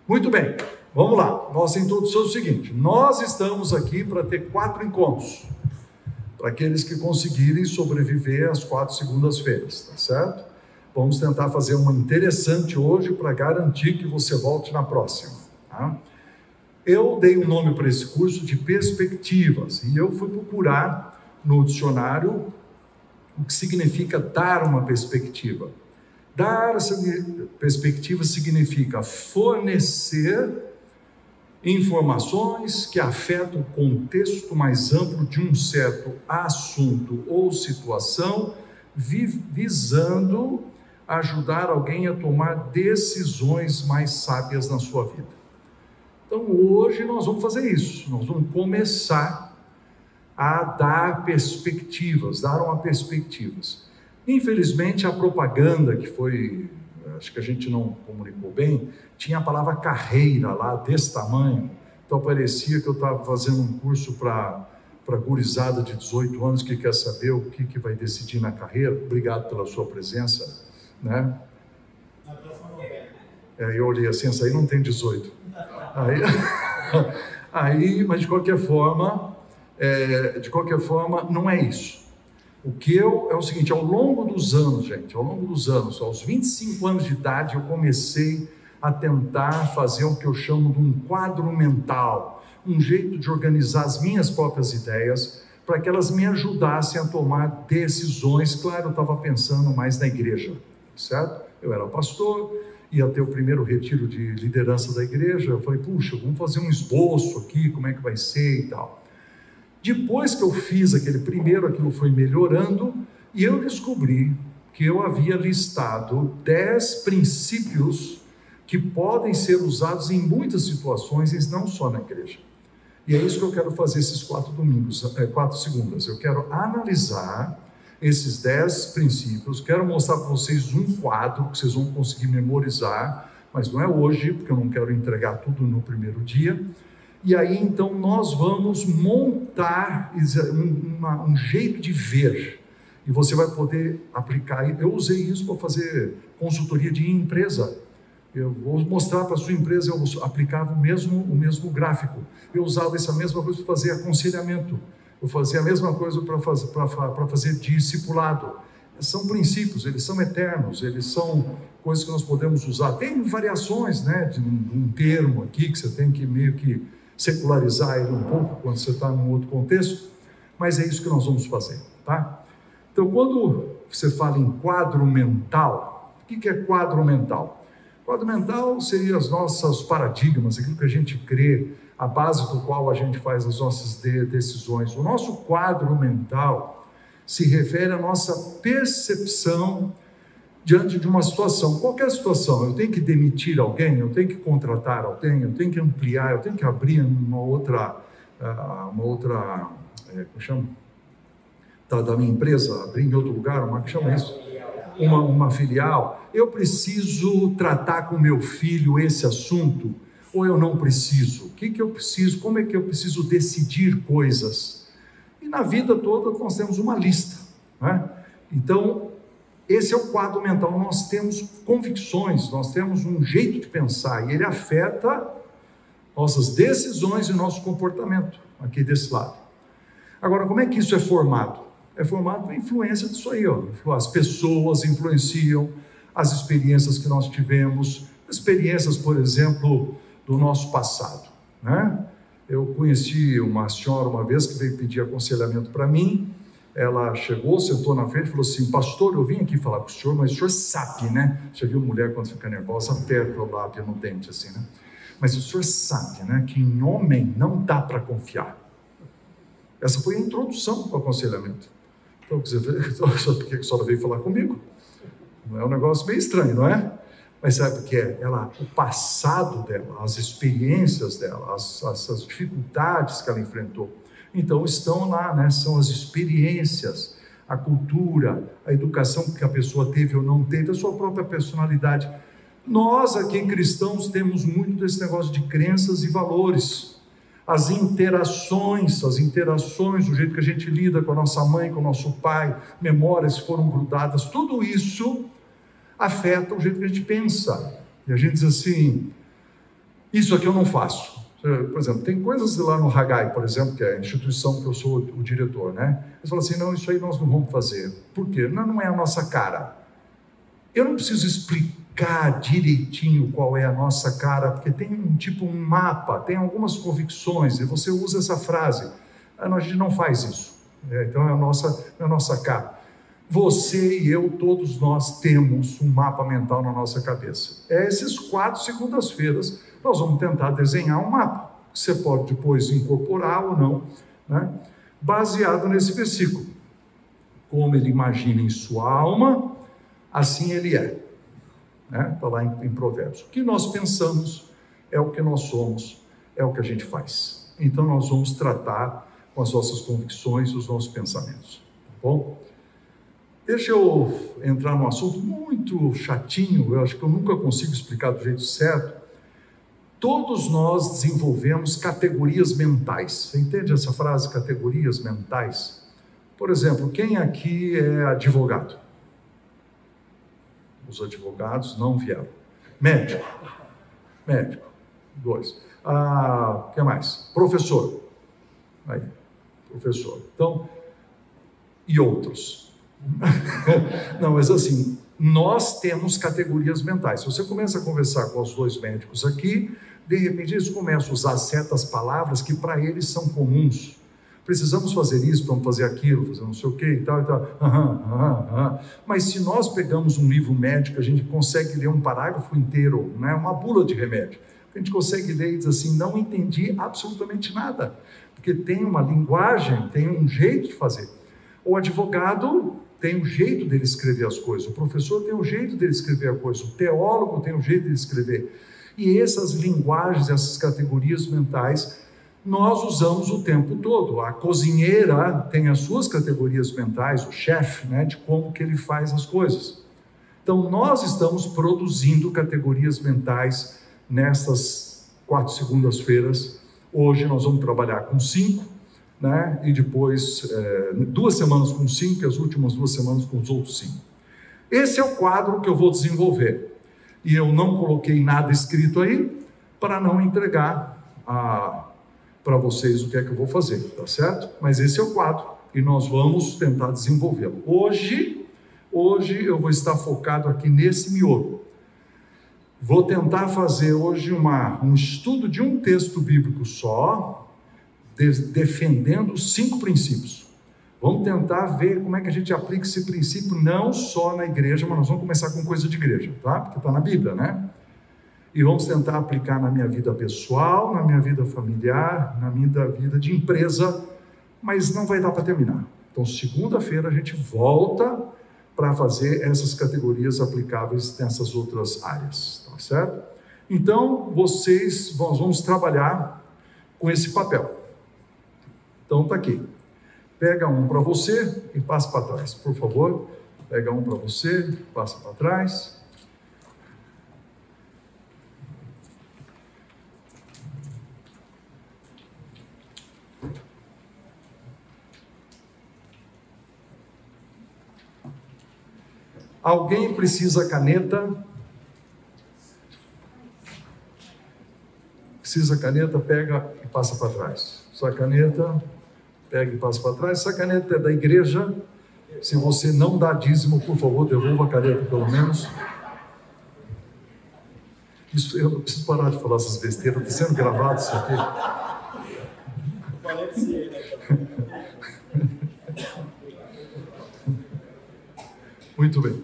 Muito bem, vamos lá. Nossa introdução é o seguinte: nós estamos aqui para ter 4 encontros, para aqueles que conseguirem sobreviver às 4 segundas-feiras, tá certo? Vamos tentar fazer uma interessante hoje para garantir que você volte na próxima, tá? Eu dei um nome para esse curso de perspectivas, e eu fui procurar no dicionário o que significa dar uma perspectiva. Dar essa perspectiva significa fornecer informações que afetam o contexto mais amplo de um certo assunto ou situação, visando ajudar alguém a tomar decisões mais sábias na sua vida. Então hoje nós vamos fazer isso, nós vamos começar a dar perspectivas, dar uma perspectivas. Infelizmente a propaganda que foi, acho que a gente não comunicou bem, tinha a palavra carreira lá desse tamanho, então parecia que eu estava fazendo um curso para gurizada de 18 anos que quer saber o que vai decidir na carreira. Obrigado pela sua presença, né? Eu olhei assim, essa aí não tem 18. Mas de qualquer forma, não é isso. É o seguinte: ao longo dos anos, aos 25 anos de idade, eu comecei a tentar fazer o que eu chamo de um quadro mental, um jeito de organizar as minhas próprias ideias, para que elas me ajudassem a tomar decisões. Claro, eu estava pensando mais na igreja, certo? Eu era pastor, ia ter o primeiro retiro de liderança da igreja, eu falei, puxa, vamos fazer um esboço aqui, como é que vai ser e tal. Depois que eu fiz aquele primeiro, aquilo foi melhorando, e eu descobri que eu havia listado 10 princípios que podem ser usados em muitas situações, e não só na igreja. E é isso que eu quero fazer esses 4 segundas. Eu quero analisar esses 10 princípios, quero mostrar para vocês um quadro que vocês vão conseguir memorizar, mas não é hoje, porque eu não quero entregar tudo no primeiro dia. E aí, então, nós vamos montar um jeito de ver, e você vai poder aplicar. Eu usei isso para fazer consultoria de empresa. Eu vou mostrar para a sua empresa, eu aplicava o mesmo gráfico. Eu usava essa mesma coisa para fazer aconselhamento. Eu fazia a mesma coisa para fazer discipulado. São princípios, eles são eternos, eles são coisas que nós podemos usar. Tem variações, né, de um termo aqui que você tem que meio que secularizar ele um pouco quando você está num outro contexto, mas é isso que nós vamos fazer, tá? Então, quando você fala em quadro mental, o que é quadro mental? Quadro mental seria os nossos paradigmas, aquilo que a gente crê, a base do qual a gente faz as nossas decisões. O nosso quadro mental se refere à nossa percepção diante de uma situação, qualquer situação. Eu tenho que demitir alguém, eu tenho que contratar alguém, eu tenho que ampliar, eu tenho que abrir uma outra como chama? Da minha empresa, abrir em outro lugar, como chama isso? Uma filial. Eu preciso tratar com meu filho esse assunto, ou eu não preciso? O que eu preciso? Como é que eu preciso decidir coisas? E na vida toda nós temos uma lista, né? Então, esse é o quadro mental. Nós temos convicções, nós temos um jeito de pensar, e ele afeta nossas decisões e nosso comportamento, aqui desse lado. Agora, como é que isso é formado? É formado pela influência disso aí, ó. As pessoas influenciam, as experiências que nós tivemos, experiências, por exemplo, do nosso passado, né? Eu conheci uma senhora uma vez que veio pedir aconselhamento para mim. Ela chegou, sentou na frente e falou assim: pastor, eu vim aqui falar com o senhor, mas o senhor sabe, né? Já viu mulher quando fica nervosa, aperta o lábio no dente assim, né? Mas o senhor sabe, né, que em homem não dá para confiar. Essa foi a introdução ao aconselhamento. Então, por que a senhora veio falar comigo? Não é um negócio meio estranho, não é? Mas sabe o que é? O passado dela, as experiências dela, as dificuldades que ela enfrentou. Então estão lá, né? São as experiências, a cultura, a educação que a pessoa teve ou não teve, a sua própria personalidade. Nós aqui cristãos temos muito desse negócio de crenças e valores. As interações, o jeito que a gente lida com a nossa mãe, com o nosso pai, memórias que foram grudadas, tudo isso afeta o jeito que a gente pensa. E a gente diz assim: Isso aqui eu não faço. Por exemplo, tem coisas lá no Hagai, por exemplo, que é a instituição que eu sou o diretor, né? Eles falam assim, não, isso aí nós não vamos fazer. Por quê? Não é a nossa cara. Eu não preciso explicar direitinho qual é a nossa cara, porque tem um mapa, tem algumas convicções, e você usa essa frase. A gente não faz isso. Então é a nossa cara. Você e eu, todos nós temos um mapa mental na nossa cabeça. Essas 4 segundas-feiras, nós vamos tentar desenhar um mapa, que você pode depois incorporar ou não, né? Baseado nesse versículo. Como ele imagina em sua alma, assim ele é. Está lá em Provérbios. O que nós pensamos é o que nós somos, é o que a gente faz. Então nós vamos tratar com as nossas convicções e os nossos pensamentos. Tá bom? Deixa eu entrar num assunto muito chatinho, eu acho que eu nunca consigo explicar do jeito certo. Todos nós desenvolvemos categorias mentais. Você entende essa frase, categorias mentais? Por exemplo, quem aqui é advogado? Os advogados não vieram. Médico. 2. O que mais? Professor. Aí, professor. Então, e outros. Não, mas assim, nós temos categorias mentais. Se você começa a conversar com os 2 médicos aqui, de repente eles começam a usar certas palavras que para eles são comuns. Precisamos fazer isso, vamos fazer aquilo, fazer não sei o que e tal. Mas se nós pegamos um livro médico, a gente consegue ler um parágrafo inteiro, né? Uma bula de remédio. A gente consegue ler e diz assim, não entendi absolutamente nada. Porque tem uma linguagem, tem um jeito de fazer. O advogado tem um jeito dele escrever as coisas, o professor tem um jeito dele escrever a coisa, o teólogo tem um jeito dele escrever. E essas linguagens, essas categorias mentais, nós usamos o tempo todo. A cozinheira tem as suas categorias mentais, o chefe, né, de como que ele faz as coisas. Então, nós estamos produzindo categorias mentais nessas 4 segundas-feiras. Hoje nós vamos trabalhar com 5, né, e depois 2 semanas com 5 e as últimas 2 semanas com os outros 5. Esse é o quadro que eu vou desenvolver. E eu não coloquei nada escrito aí para não entregar para vocês o que é que eu vou fazer, tá certo? Mas esse é o quadro e nós vamos tentar desenvolvê-lo. Hoje eu vou estar focado aqui nesse miolo. Vou tentar fazer hoje um estudo de um texto bíblico só, defendendo os 5 princípios. Vamos tentar ver como é que a gente aplica esse princípio não só na igreja, mas nós vamos começar com coisa de igreja, tá? Porque está na Bíblia, né? E vamos tentar aplicar na minha vida pessoal, na minha vida familiar, na minha vida de empresa, mas não vai dar para terminar. Então, segunda-feira a gente volta para fazer essas categorias aplicáveis nessas outras áreas, tá certo? Então, nós vamos trabalhar com esse papel. Então, está aqui. Pega um para você e passa para trás, por favor. Pega um para você, passa para trás. Alguém precisa caneta? Precisa caneta? Pega e passa para trás. Sua caneta, pega e passa para trás. Essa caneta é da igreja. Se você não dá dízimo, por favor, devolva a caneta pelo menos. Isso, eu preciso parar de falar essas besteiras. Está sendo gravado isso aqui. Muito bem.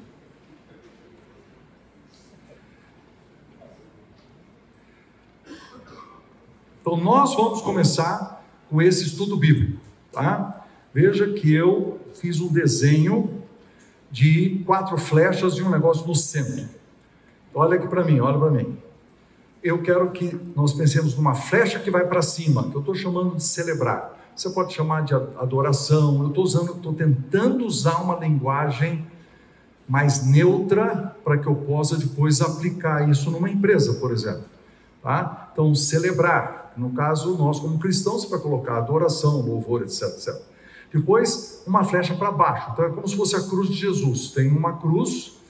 Então, nós vamos começar com esse estudo bíblico, tá? Veja que eu fiz um desenho de 4 flechas e um negócio no centro. Olha aqui para mim, olha para mim. Eu quero que nós pensemos numa flecha que vai para cima, que eu estou chamando de celebrar. Você pode chamar de adoração. Eu estou tentando usar uma linguagem mais neutra para que eu possa depois aplicar isso numa empresa, por exemplo. Tá? Então, celebrar. No caso, nós como cristãos, você vai colocar adoração, louvor, etc, etc. Depois, uma flecha para baixo. Então, é como se fosse a cruz de Jesus. Tem uma cruz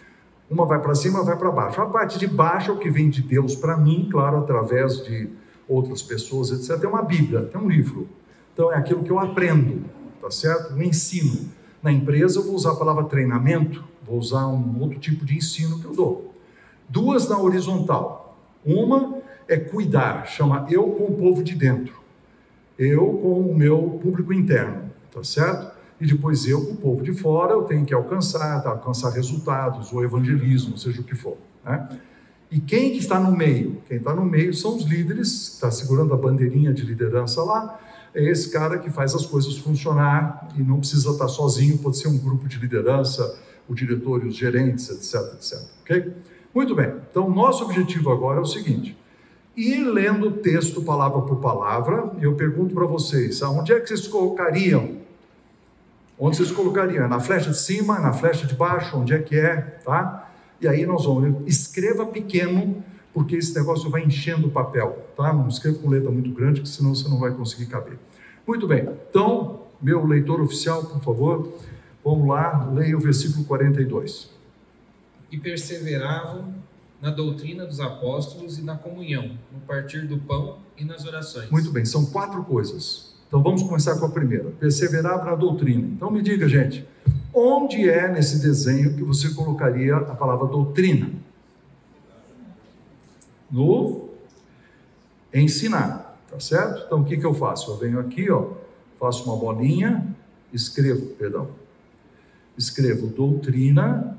Uma vai para cima, vai para baixo. A parte de baixo é o que vem de Deus para mim, claro, através de outras pessoas, etc. É uma Bíblia, é um livro. Então é aquilo que eu aprendo, tá certo? O ensino. Na empresa eu vou usar a palavra treinamento, vou usar um outro tipo de ensino que eu dou. Duas na horizontal. Uma é cuidar, chama eu com o povo de dentro. Eu com o meu público interno, tá certo? E depois eu com o povo de fora, eu tenho que alcançar resultados, ou evangelismo, seja o que for, né? E quem que está no meio? Quem está no meio são os líderes, está segurando a bandeirinha de liderança lá, é esse cara que faz as coisas funcionar e não precisa estar sozinho, pode ser um grupo de liderança, o diretor e os gerentes, etc, etc, ok? Muito bem, então nosso objetivo agora é o seguinte: ir lendo o texto palavra por palavra. Eu pergunto para vocês, aonde é que vocês colocariam? Onde vocês colocariam? Na flecha de cima, na flecha de baixo, onde é que é, tá? E aí nós vamos, escreva pequeno, porque esse negócio vai enchendo o papel, tá? Não escreva com letra muito grande, porque senão você não vai conseguir caber. Muito bem, então, meu leitor oficial, por favor, vamos lá, leia o versículo 42. E perseveravam na doutrina dos apóstolos e na comunhão, no partir do pão e nas orações. Muito bem, são 4 coisas. Então vamos começar com a primeira, perseverava na doutrina. Então me diga, gente, onde é nesse desenho que você colocaria a palavra doutrina? No ensinar, tá certo? Então o que eu faço? Eu venho aqui, ó, faço uma bolinha, escrevo doutrina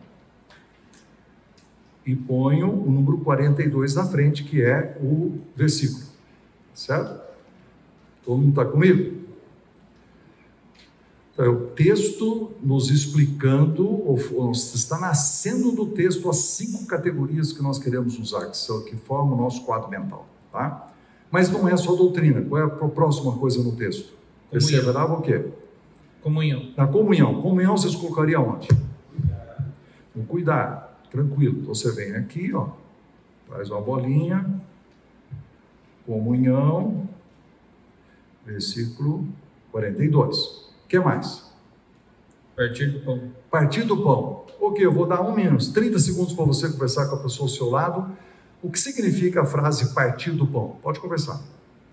e ponho o número 42 na frente, que é o versículo, certo? Todo mundo está comigo? Então, é o texto nos explicando, ou está nascendo do texto as 5 categorias que nós queremos usar, que formam o nosso quadro mental, tá? Mas não é só doutrina. Qual é a próxima coisa no texto? Perseverava o quê? Comunhão. Na comunhão. Comunhão vocês colocariam onde? No cuidar. Tranquilo. Então você vem aqui, ó, faz uma bolinha, comunhão, versículo 42. O que mais? Partir do pão. Partir do pão. Ok, eu vou dar 30 segundos para você conversar com a pessoa ao seu lado. O que significa a frase partir do pão? Pode conversar.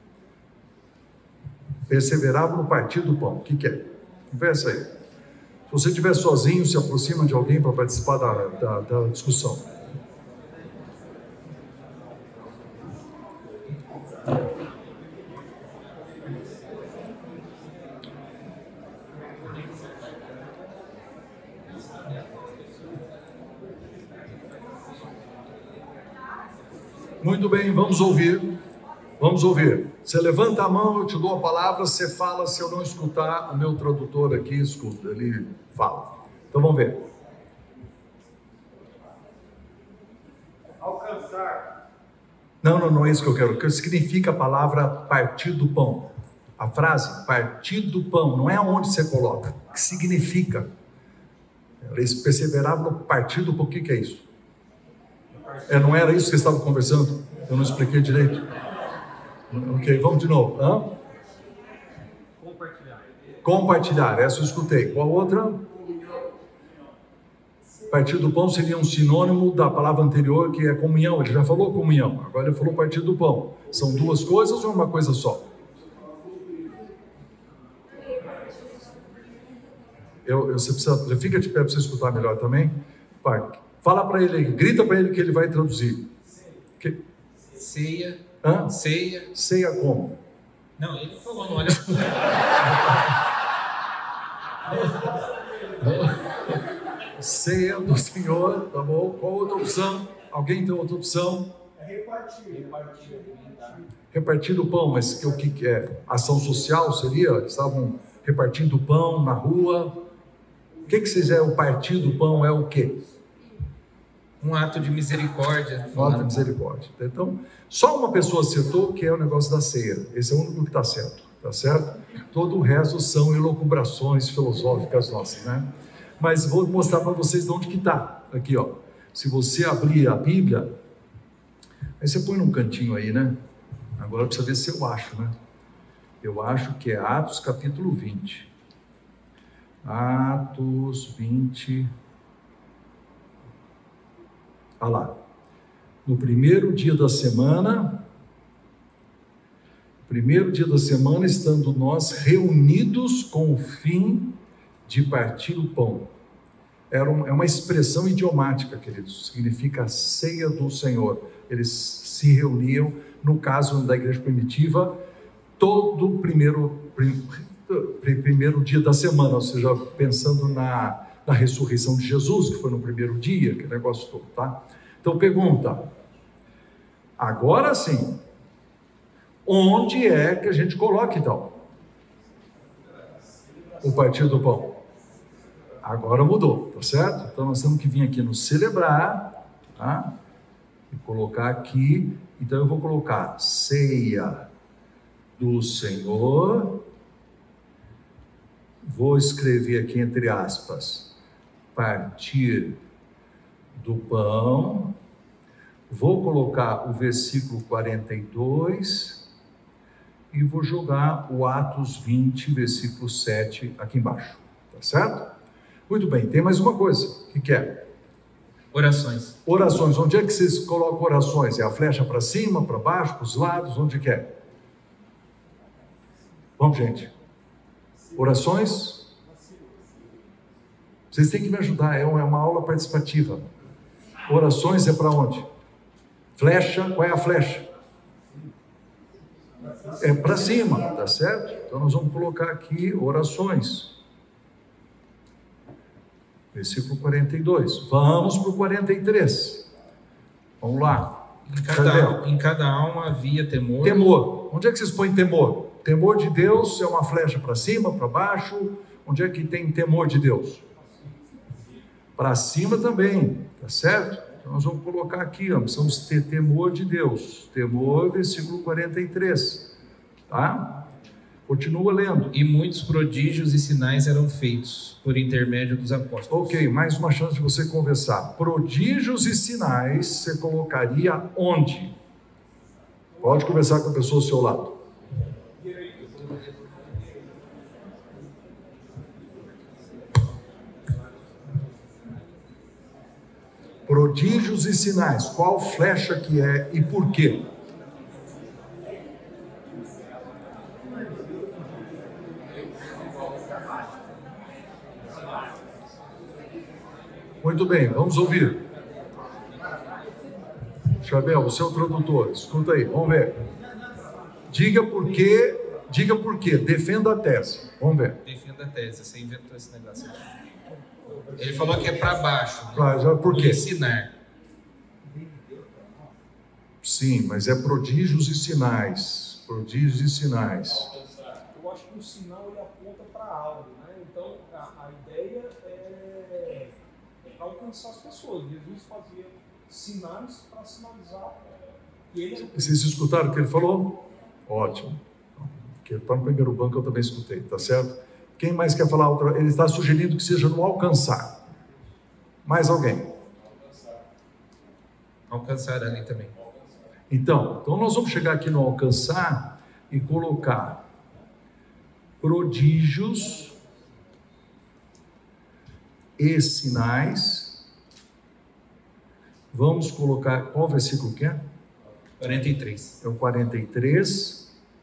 Perseverava no partir do pão. O que é? Conversa aí. Se você estiver sozinho, se aproxima de alguém para participar da discussão. Muito bem, vamos ouvir. Vamos ouvir. Você levanta a mão, eu te dou a palavra, você fala. Se eu não escutar, o meu tradutor aqui escuta, ele fala. Então vamos ver. Alcançar. Não é isso que eu quero. O que significa a palavra partir do pão? A frase partir do pão, não é onde você coloca. O que significa? Eles perseveravam no partir do pão. O que é isso? Não era isso que vocês estavam conversando? Eu não expliquei direito. Ok, vamos de novo. Compartilhar, essa eu escutei. Qual outra? Partir do pão seria um sinônimo da palavra anterior, que é comunhão. Ele já falou comunhão, agora ele falou partir do pão. São 2 coisas ou uma coisa só? Você precisa, fica de pé para você escutar melhor também. Fala para ele, grita para ele que ele vai traduzir. Ceia. Ceia. Ceia como? Não, ele falou, não olha. Ceia do Senhor, tá bom? Qual outra opção? Alguém tem outra opção? Repartir o pão, mas o que é? Ação social seria? Eles estavam repartindo o pão na rua. O que vocês é o partir do pão? É o quê? Um ato de misericórdia. Um ato de misericórdia. Então, só uma pessoa acertou, que é o negócio da ceia. Esse é o único que está certo, tá certo? Todo o resto são elucubrações filosóficas nossas, né? Mas vou mostrar para vocês de onde que está. Aqui, ó. Se você abrir a Bíblia, aí você põe num cantinho aí, né? Agora precisa ver se eu acho, né? Eu acho que é Atos capítulo 20. Atos 20. Olha lá. No primeiro dia da semana, estando nós reunidos com o fim de partir o pão. É uma expressão idiomática, queridos, significa a ceia do Senhor. Eles se reuniam, no caso da igreja primitiva, todo primeiro dia da semana, ou seja, pensando na ressurreição de Jesus, que foi no primeiro dia, que negócio todo, tá? Então pergunta, agora sim, onde é que a gente coloca então o partir do pão? Agora mudou, tá certo? Então nós temos que vir aqui no celebrar, tá? E colocar aqui, então eu vou colocar ceia do Senhor, vou escrever aqui entre aspas, partir do pão, vou colocar o versículo 42 e vou jogar o Atos 20, versículo 7 aqui embaixo, tá certo? Muito bem, tem mais uma coisa, o que é? Orações. Orações, onde é que vocês colocam orações? É a flecha para cima, para baixo, para os lados, onde que é? Vamos, gente. Orações? Vocês têm que me ajudar, é uma aula participativa. Orações é para onde? Flecha, qual é a flecha? É para cima, tá certo? Então nós vamos colocar aqui orações. Versículo 42. Vamos para o 43. Vamos lá. Em cada alma havia temor. Temor. Onde é que vocês põem temor? Temor de Deus é uma flecha para cima, para baixo. Onde é que tem temor de Deus? Para cima também, tá certo? Então nós vamos colocar aqui, ó, precisamos ter temor de Deus. Temor, versículo 43. Tá? Continua lendo. E muitos prodígios e sinais eram feitos por intermédio dos apóstolos. Ok, mais uma chance de você conversar. Prodígios e sinais você colocaria onde? Pode conversar com a pessoa ao seu lado. Prodígios e sinais, qual flecha que é e por quê? Muito bem, vamos ouvir. Chabel, você é o tradutor, escuta aí, vamos ver. Diga por quê, defenda a tese, vamos ver. Defenda a tese, você inventou esse negócio. Ele falou que é para baixo. Por quê? Ensinar. Sim, mas é prodígios e sinais. Prodígios e sinais. Eu acho que o sinal ele aponta para algo, né? Então a ideia é alcançar as pessoas. Jesus fazia sinais para sinalizar que ele. Vocês escutaram o que ele falou? Ótimo. Porque para o primeiro banco eu também escutei, tá certo? Quem mais quer falar outra? Ele está sugerindo que seja no alcançar. Mais alguém? Alcançar ali também. Então nós vamos chegar aqui no alcançar e colocar prodígios e sinais. Vamos colocar, qual versículo que é? 43. É o 43.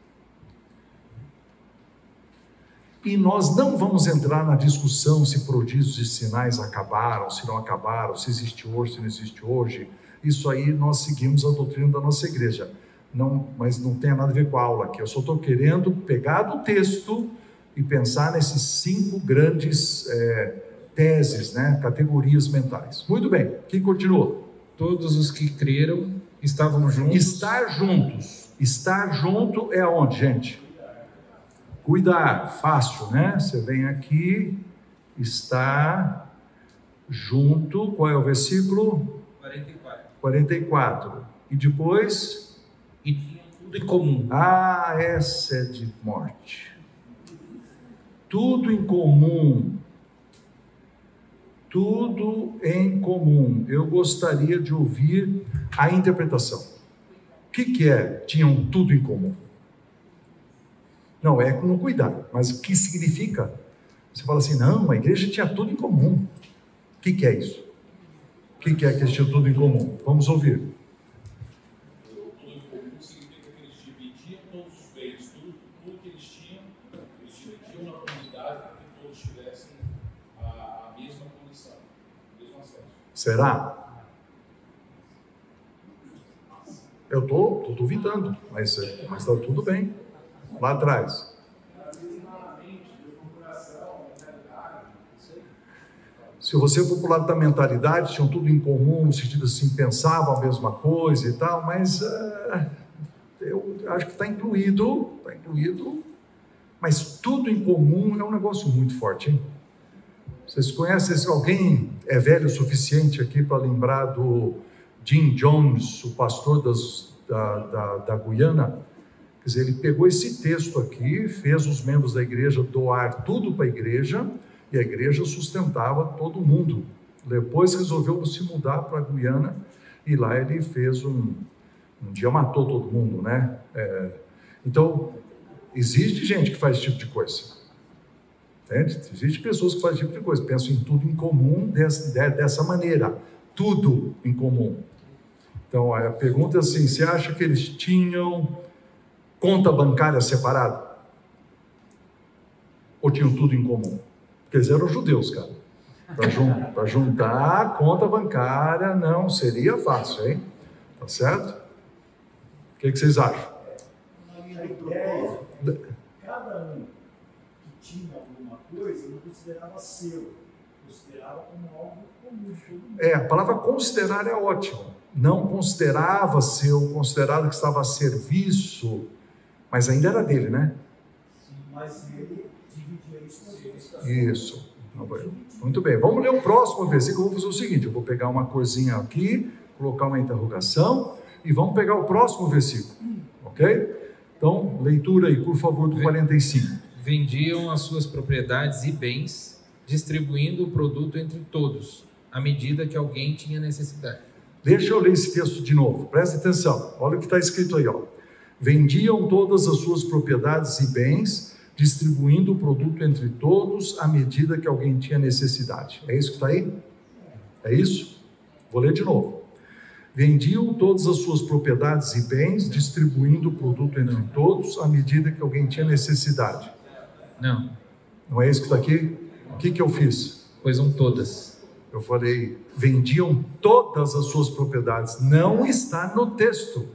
E nós não vamos entrar na discussão se prodígios e sinais acabaram, se não acabaram, se existe hoje, se não existe hoje. Isso aí nós seguimos a doutrina da nossa igreja. Não, mas não tem nada a ver com a aula aqui. Eu só estou querendo pegar do texto e pensar nesses 5 grandes teses, né, categorias mentais. Muito bem, quem continua? Todos os que creram estavam juntos. Estar juntos. Estar junto é aonde, gente? Cuidar, fácil, né? Você vem aqui, está junto, qual é o versículo? 44. E depois? E tinham tudo em comum. Ah, essa é de morte. Tudo em comum. Tudo em comum. Eu gostaria de ouvir a interpretação. O que é? Tinham tudo em comum. Não, é não cuidar, mas o que significa? Você fala assim, não, a igreja tinha tudo em comum. O que é isso? O que é que eles tinham tudo em comum? Vamos ouvir. Tudo em comum significa que eles dividiam todos os bens, tudo que eles tinham, eles dividiam na comunidade para que todos tivessem a mesma condição, o mesmo acesso. Será? Eu estou duvidando, mas está tudo bem. Lá atrás. Se você for para o lado da mentalidade, tinham tudo em comum, no sentido assim, pensavam a mesma coisa e tal, mas eu acho que está incluído, mas tudo em comum é um negócio muito forte, hein? Vocês conhecem, alguém é velho o suficiente aqui para lembrar do Jim Jones, o pastor da Guiana? Quer dizer, ele pegou esse texto aqui, fez os membros da igreja doar tudo para a igreja, e a igreja sustentava todo mundo. Depois resolveu se mudar para a Guiana, e lá ele fez um dia matou todo mundo, né? Então, existe gente que faz esse tipo de coisa. Entende? Existem pessoas que fazem esse tipo de coisa, pensam em tudo em comum dessa maneira, tudo em comum. Então, a pergunta é assim, você acha que eles tinham conta bancária separada? Ou tinham tudo em comum? Porque eles eram judeus, cara. Para juntar a conta bancária não seria fácil, hein? Tá certo? O que vocês acham? Na minha ideia, cada um que tinha alguma coisa não considerava seu, considerava como algo comum de todo mundo. A palavra considerar é ótima. Não considerava seu, considerava que estava a serviço, mas ainda era dele, né? Sim, mas ele dividia isso com os outros. Isso. Muito bem. Vamos ler o próximo versículo. Eu vou fazer o seguinte, eu vou pegar uma corzinha aqui, colocar uma interrogação e vamos pegar o próximo versículo. Ok? Então, leitura aí, por favor, do 45. Vendiam as suas propriedades e bens, distribuindo o produto entre todos, à medida que alguém tinha necessidade. Deixa eu ler esse texto de novo, presta atenção, olha o que está escrito aí, ó. Vendiam todas as suas propriedades e bens, distribuindo o produto entre todos, à medida que alguém tinha necessidade. É isso que está aí? É isso? Vou ler de novo. Vendiam todas as suas propriedades e bens, distribuindo o produto entre todos, à medida que alguém tinha necessidade. Não. Não é isso que está aqui? O que eu fiz? Coisam todas. Eu falei, vendiam todas as suas propriedades. Não está no texto.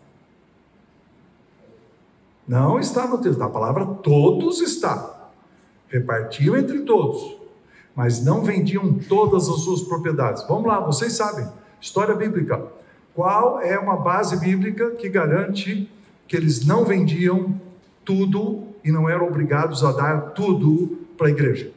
Não está no texto. A palavra todos está. Repartiam entre todos. Mas não vendiam todas as suas propriedades. Vamos lá, vocês sabem. História bíblica. Qual é uma base bíblica que garante que eles não vendiam tudo e não eram obrigados a dar tudo para a igreja?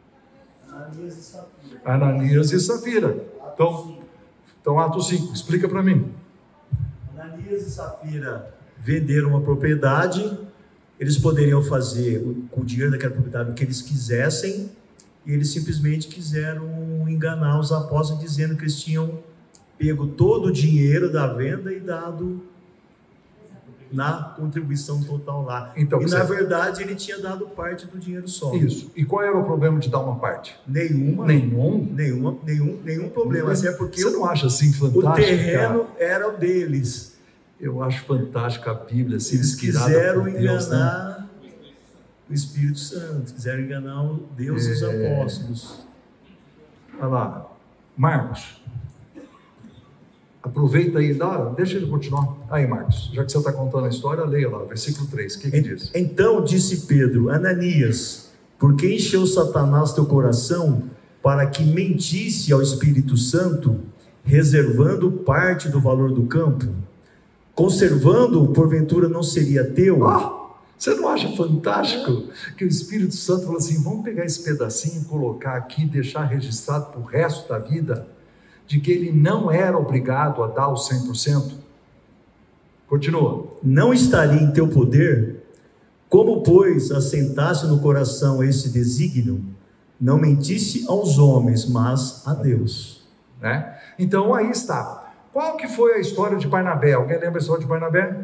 Ananias e Safira. Então, Atos 5, explica para mim. Ananias e Safira venderam uma propriedade, eles poderiam fazer com o dinheiro daquela propriedade o que eles quisessem, e eles simplesmente quiseram enganar os apóstolos, dizendo que eles tinham pego todo o dinheiro da venda e dado na contribuição total lá. Então, na verdade ele tinha dado parte do dinheiro só. Isso. E qual era o problema de dar uma parte? Nenhum problema. Até porque você não acha assim fantástico? O terreno era o deles. Eu acho fantástico a Bíblia. Assim, eles quiseram enganar o Espírito Santo, quiseram enganar o Deus e os apóstolos. Olha lá, Marcos. Aproveita aí, deixa ele continuar. Aí, Marcos, já que você está contando a história, leia lá, versículo 3, o que diz? Então disse Pedro, Ananias, por que encheu Satanás teu coração para que mentisse ao Espírito Santo, reservando parte do valor do campo? Conservando-o, porventura não seria teu? Você não acha fantástico que o Espírito Santo falou assim, vamos pegar esse pedacinho e colocar aqui, deixar registrado para o resto da vida, de que ele não era obrigado a dar os 100%? Continua. Não estaria em teu poder? Como, pois, assentaste no coração esse desígnio? Não mentisse aos homens, mas a Deus. Né? Então, aí está. Qual que foi a história de Barnabé? Alguém lembra a história de Barnabé?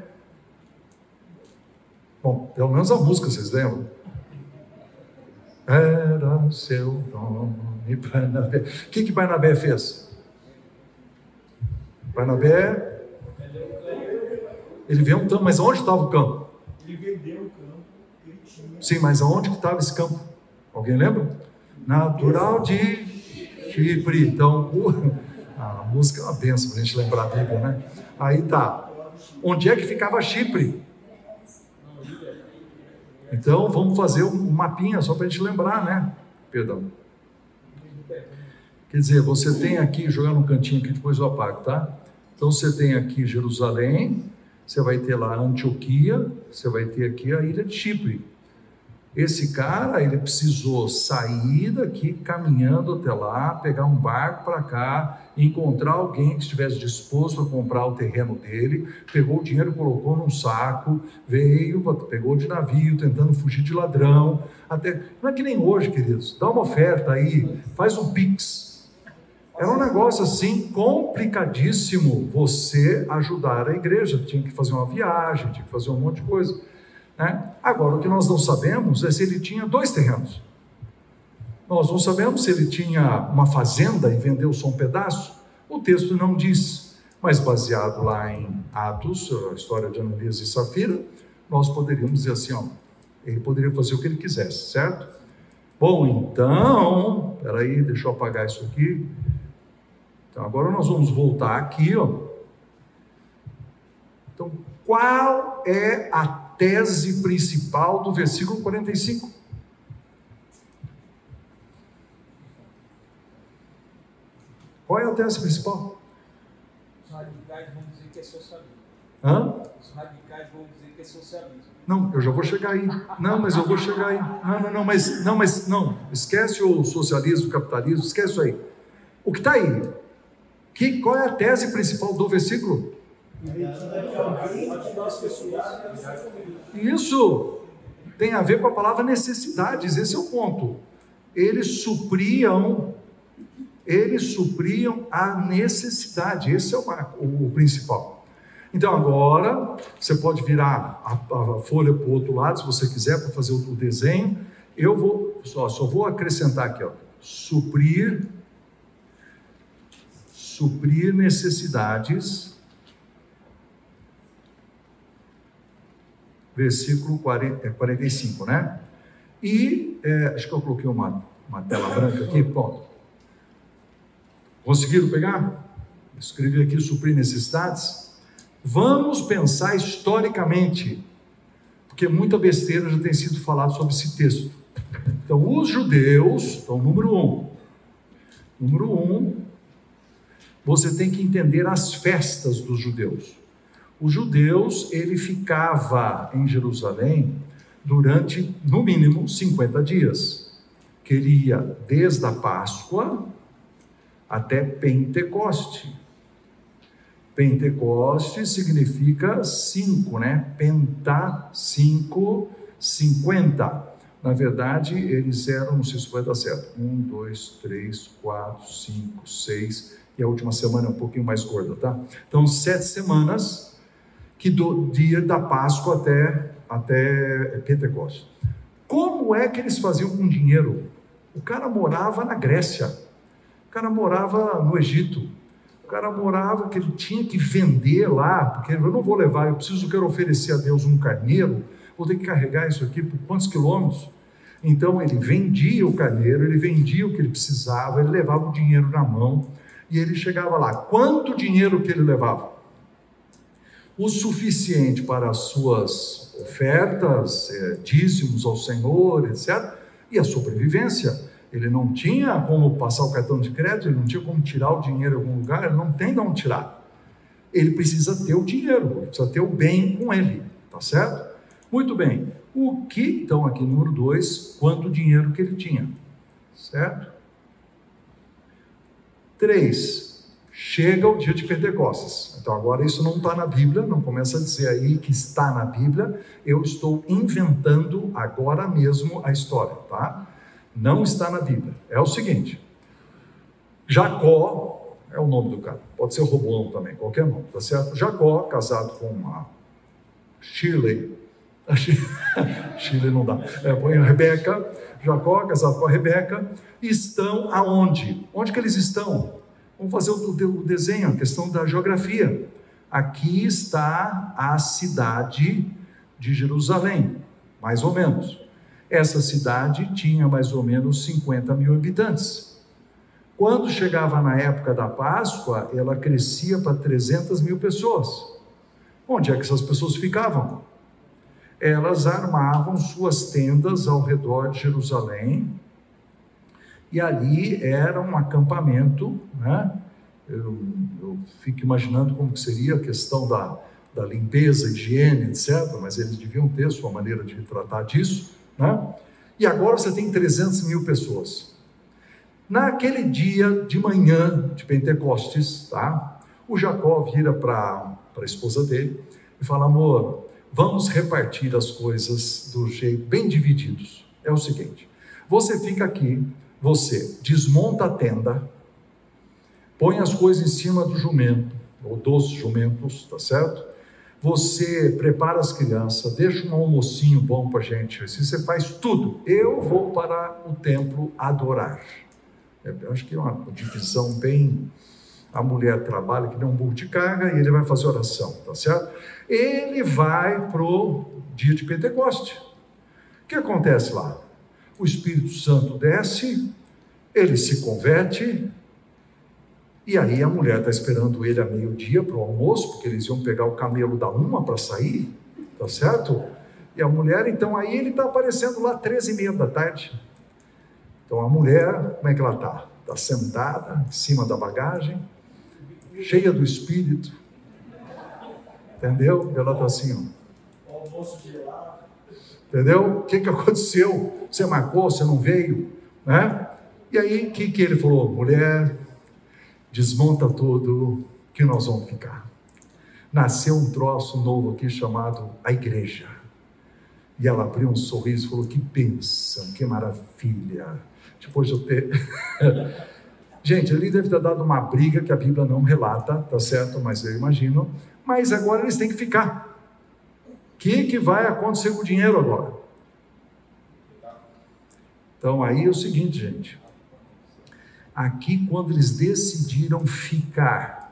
Bom, pelo menos a música, vocês lembram? Era seu nome, Barnabé. O que Barnabé fez? Barnabé, ele vê um campo, mas onde estava o campo? Ele vendeu o campo, ele tinha. Sim, mas aonde que estava esse campo? Alguém lembra? Natural de Chipre. Então, a música é uma benção para a gente lembrar a Bíblia, né? Aí tá. Onde é que ficava Chipre? Então, vamos fazer um mapinha só para a gente lembrar, né? Perdão. Quer dizer, você tem aqui, jogar no cantinho aqui, depois eu apago, tá? Então, você tem aqui Jerusalém, você vai ter lá Antioquia, você vai ter aqui a ilha de Chipre. Esse cara, ele precisou sair daqui caminhando até lá, pegar um barco para cá, encontrar alguém que estivesse disposto a comprar o terreno dele, pegou o dinheiro, colocou num saco, veio, pegou de navio, tentando fugir de ladrão, até, não é que nem hoje, queridos, dá uma oferta aí, faz um Pix. Era um negócio assim, complicadíssimo, você ajudar a igreja, tinha que fazer uma viagem, tinha que fazer um monte de coisa. Né? Agora, o que nós não sabemos é se ele tinha 2 terrenos. Nós não sabemos se ele tinha uma fazenda e vendeu só um pedaço. O texto não diz, mas baseado lá em Atos, a história de Ananias e Safira, nós poderíamos dizer assim, ó, ele poderia fazer o que ele quisesse, certo? Bom, então, peraí, deixa eu apagar isso aqui. Então, agora nós vamos voltar aqui, ó. Então, qual é a tese principal do versículo 45? Qual é a tese principal? Os radicais vão dizer que é socialismo. Hã? Os radicais vão dizer que é socialismo. Não, eu já vou chegar aí. Não, mas eu vou chegar aí. Não, esquece o socialismo, o capitalismo, esquece isso aí. O que está aí? Qual é a tese principal do versículo? Isso tem a ver com a palavra necessidades, esse é o ponto. Eles supriam a necessidade, esse é o principal. Então agora, você pode virar a folha para o outro lado, se você quiser, para fazer o desenho. Eu vou, só vou acrescentar aqui, ó, suprir necessidades, versículo 45, né? E, acho que eu coloquei uma tela branca aqui, pronto. Conseguiram pegar? Escrevi aqui suprir necessidades. Vamos pensar historicamente, porque muita besteira já tem sido falada sobre esse texto. Então, os judeus, então, número um, você tem que entender as festas dos judeus. Os judeus, ele ficava em Jerusalém durante, no mínimo, 50 dias. Que ele ia desde a Páscoa até Pentecoste. Pentecoste significa 5, né? Penta, 5, 50. Na verdade, eles eram, não sei se vai dar certo, 1, 2, 3, 4, 5, 6, e a última semana é um pouquinho mais gorda, tá? Então, 7 semanas, que do dia da Páscoa até Pentecoste. Como é que eles faziam com dinheiro? O cara morava na Grécia, o cara morava no Egito, o cara morava que ele tinha que vender lá, porque eu não vou levar, eu quero oferecer a Deus um carneiro, vou ter que carregar isso aqui por quantos quilômetros? Então ele vendia o carneiro, ele vendia o que ele precisava, ele levava o dinheiro na mão, e ele chegava lá. Quanto dinheiro que ele levava? O suficiente para as suas ofertas, dízimos ao Senhor, etc., e a sobrevivência. Ele não tinha como passar o cartão de crédito, ele não tinha como tirar o dinheiro em algum lugar, ele não tem de onde tirar. Ele precisa ter o dinheiro, ele precisa ter o bem com ele, tá certo? Muito bem. O que, então, aqui número 2, quanto dinheiro que ele tinha, certo? 3, chega o dia de Pentecostes. Então agora isso não está na Bíblia, não começa a dizer aí que está na Bíblia, eu estou inventando agora mesmo a história, tá? Não está na Bíblia. É o seguinte, Jacó, é o nome do cara, pode ser Roboão também, qualquer nome, tá certo? Jacó, casado com a Shirley, Shirley não dá, põe a Rebeca, Jacó, casado com a Rebeca, estão aonde? Onde que eles estão? Vamos fazer o desenho, a questão da geografia. Aqui está a cidade de Jerusalém, mais ou menos. Essa cidade tinha mais ou menos 50 mil habitantes. Quando chegava na época da Páscoa, ela crescia para 300 mil pessoas. Onde é que essas pessoas ficavam? Elas armavam suas tendas ao redor de Jerusalém, e ali era um acampamento, né? Eu fico imaginando como que seria a questão da limpeza, higiene, etc., mas eles deviam ter sua maneira de tratar disso, né? E agora você tem 300 mil pessoas. Naquele dia de manhã de Pentecostes, tá? O Jacó vira para a esposa dele e fala: amor, vamos repartir as coisas do jeito bem divididos. É o seguinte: você fica aqui, você desmonta a tenda, põe as coisas em cima do jumento, ou dos jumentos, tá certo? Você prepara as crianças, deixa um almocinho bom para a gente, assim, você faz tudo. Eu vou para o templo adorar. Eu acho que é uma divisão bem... A mulher trabalha que nem um burro de carga e ele vai fazer oração, tá certo? Ele vai pro dia de Pentecoste. O que acontece lá? O Espírito Santo desce, ele se converte, e aí a mulher está esperando ele a meio-dia para o almoço, porque eles iam pegar o camelo da uma para sair, tá certo? E a mulher, então, aí ele está aparecendo lá 13h30 da tarde. Então a mulher, como é que ela está? Está sentada em cima da bagagem, cheia do Espírito, entendeu? Ela está assim, ó. Entendeu? O que aconteceu? Você marcou, você não veio, né? E aí, o que ele falou? Mulher, desmonta tudo, que nós vamos ficar. Nasceu um troço novo aqui chamado a igreja. E ela abriu um sorriso e falou: que bênção, que maravilha. Depois de eu ter... Gente, ali deve ter dado uma briga que a Bíblia não relata, tá certo? Mas eu imagino. Mas agora eles têm que ficar. O que vai acontecer com o dinheiro agora? Então aí é o seguinte, gente. Aqui, quando eles decidiram ficar,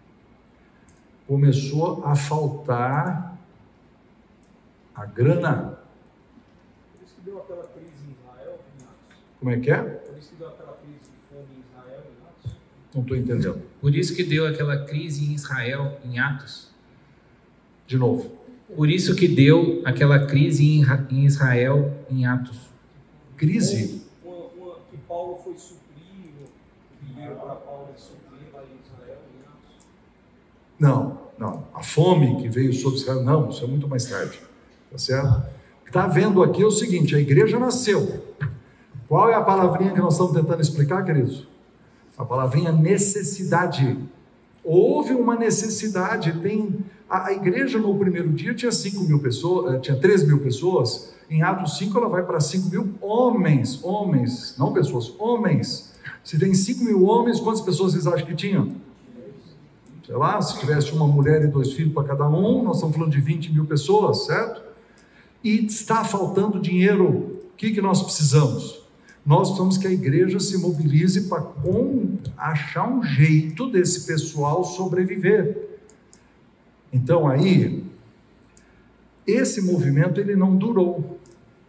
começou a faltar a grana. Por isso que deu aquela crise em Israel, Como é que é? Por isso que deu aquela crise de fome em Israel, Não estou entendendo. Por isso que deu aquela crise em Israel, em Atos. De novo. Por isso que deu aquela crise em Israel, em Atos. Crise? Que Paulo foi suprir, pediram para Paulo suprir lá em Israel, em Atos. Não. A fome que veio sobre Israel, não, isso é muito mais tarde. Tá certo? O que está vendo aqui é o seguinte: a igreja nasceu. Qual é a palavrinha que nós estamos tentando explicar, queridos? A palavrinha necessidade. Houve uma necessidade. A igreja no primeiro dia tinha 5 mil pessoas, tinha 3 mil pessoas. Em Atos 5 ela vai para 5 mil homens, não pessoas, homens. Se tem 5 mil homens, quantas pessoas vocês acham que tinham? Sei lá, se tivesse uma mulher e 2 filhos para cada um, nós estamos falando de 20 mil pessoas, certo? E está faltando dinheiro. O que nós precisamos? Nós precisamos que a igreja se mobilize para achar um jeito desse pessoal sobreviver. Então aí, esse movimento ele não durou,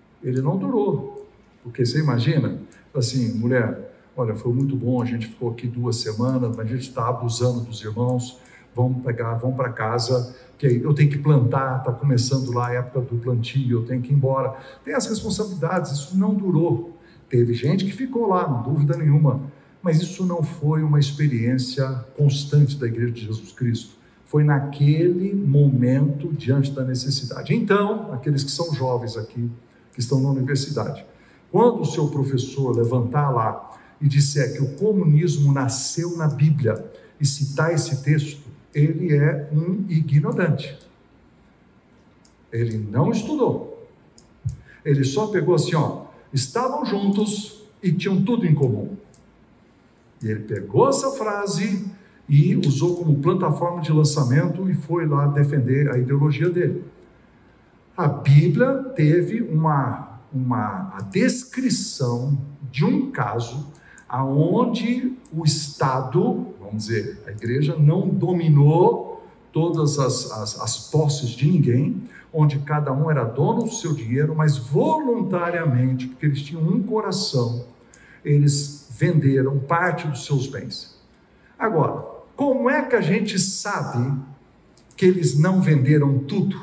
porque você imagina, assim, mulher, olha, foi muito bom, a gente ficou aqui 2 semanas, mas a gente está abusando dos irmãos, vamos para casa, que eu tenho que plantar, está começando lá a época do plantio, eu tenho que ir embora, tem as responsabilidades, isso não durou. Teve gente que ficou lá, não dúvida nenhuma, mas isso não foi uma experiência constante da Igreja de Jesus Cristo. Foi naquele momento, diante da necessidade. Então, aqueles que são jovens aqui, que estão na universidade, quando o seu professor levantar lá e disser que o comunismo nasceu na Bíblia e citar esse texto, ele é um ignorante. Ele não estudou. Ele só pegou assim, estavam juntos e tinham tudo em comum. E ele pegou essa frase e usou como plataforma de lançamento e foi lá defender a ideologia dele. A Bíblia teve a descrição de um caso aonde o Estado, vamos dizer, a igreja não dominou todas as posses de ninguém, onde cada um era dono do seu dinheiro, mas voluntariamente, porque eles tinham um coração, eles venderam parte dos seus bens. Agora, como é que a gente sabe que eles não venderam tudo?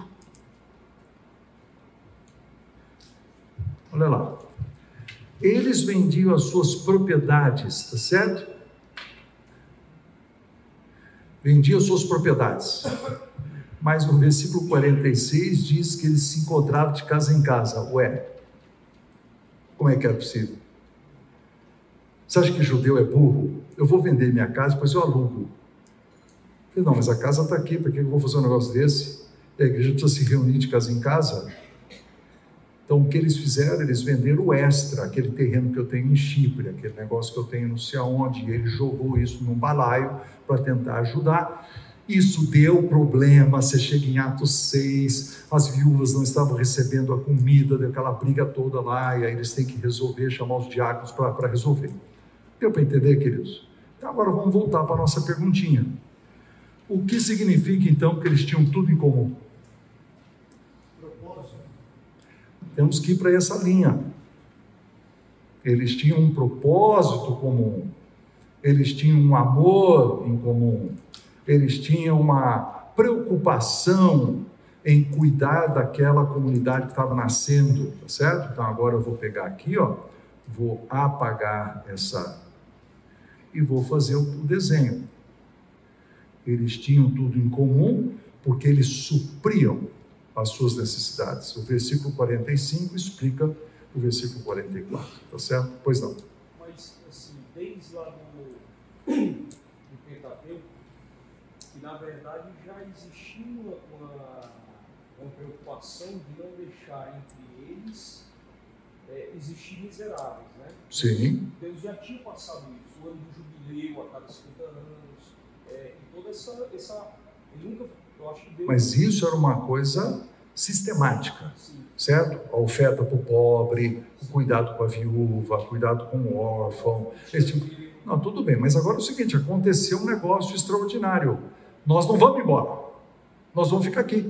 Olha lá. Eles vendiam as suas propriedades, tá certo? Vendiam as suas propriedades. Mas o versículo 46 diz que eles se encontravam de casa em casa. Ué, como é que era possível? Você acha que judeu é burro? Eu vou vender minha casa, depois eu alugo. Eu falei, não, mas a casa está aqui, para que eu vou fazer um negócio desse? E a igreja precisa se reunir de casa em casa. Então, o que eles fizeram? Eles venderam o extra, aquele terreno que eu tenho em Chipre, aquele negócio que eu tenho não sei aonde, e ele jogou isso num balaio para tentar ajudar. Isso deu problema. Você chega em Atos 6, as viúvas não estavam recebendo a comida, deu aquela briga toda lá, e aí eles têm que resolver, chamar os diáconos para resolver. Deu para entender, queridos? Então, agora vamos voltar para a nossa perguntinha. O que significa, então, que eles tinham tudo em comum? Temos que ir para essa linha. Eles tinham um propósito comum, eles tinham um amor em comum, eles tinham uma preocupação em cuidar daquela comunidade que estava nascendo, tá certo? Então agora eu vou pegar aqui, ó, vou apagar essa e vou fazer o desenho. Eles tinham tudo em comum porque eles supriam as suas necessidades. O versículo 45 explica o versículo 44, tá certo? Pois não. Mas, assim, desde lá do Pentateuco, que na verdade já existia uma preocupação de não deixar entre eles existir miseráveis, né? Sim. Deus já tinha passado isso, o ano do jubileu a cada 50 anos, e toda essa ele nunca, eu acho que Deus... Mas isso era uma coisa sistemática, Sim. certo? A oferta para o pobre, o cuidado com a viúva, cuidado com o órfão. Não, tudo bem, mas agora é o seguinte, aconteceu um negócio extraordinário. Nós não vamos embora, nós vamos ficar aqui.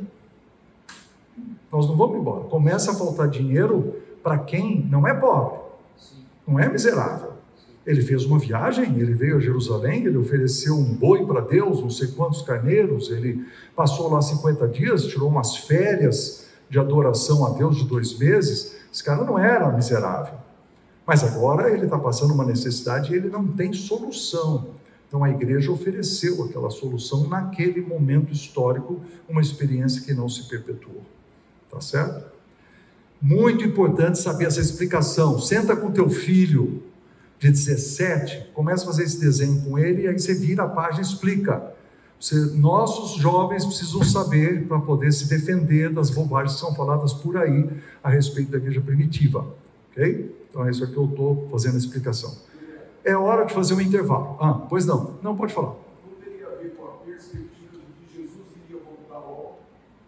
Nós não vamos embora. Começa a faltar dinheiro para quem não é pobre, não é miserável. Ele fez uma viagem, ele veio a Jerusalém, ele ofereceu um boi para Deus, não sei quantos carneiros, ele passou lá 50 dias, tirou umas férias de adoração a Deus de 2 meses. Esse cara não era miserável, mas agora ele está passando uma necessidade e ele não tem solução. Então a igreja ofereceu aquela solução naquele momento histórico, uma experiência que não se perpetuou, tá certo? Muito importante saber essa explicação. Senta com teu filho de 17, começa a fazer esse desenho com ele, e aí você vira a página e explica. Nossos jovens precisam saber para poder se defender das bobagens que são faladas por aí a respeito da igreja primitiva, ok? Então é isso que eu estou fazendo a explicação. É hora de fazer um intervalo. Pois não? Não, pode falar. Não teria a ver com a perspectiva de que Jesus iria voltar logo?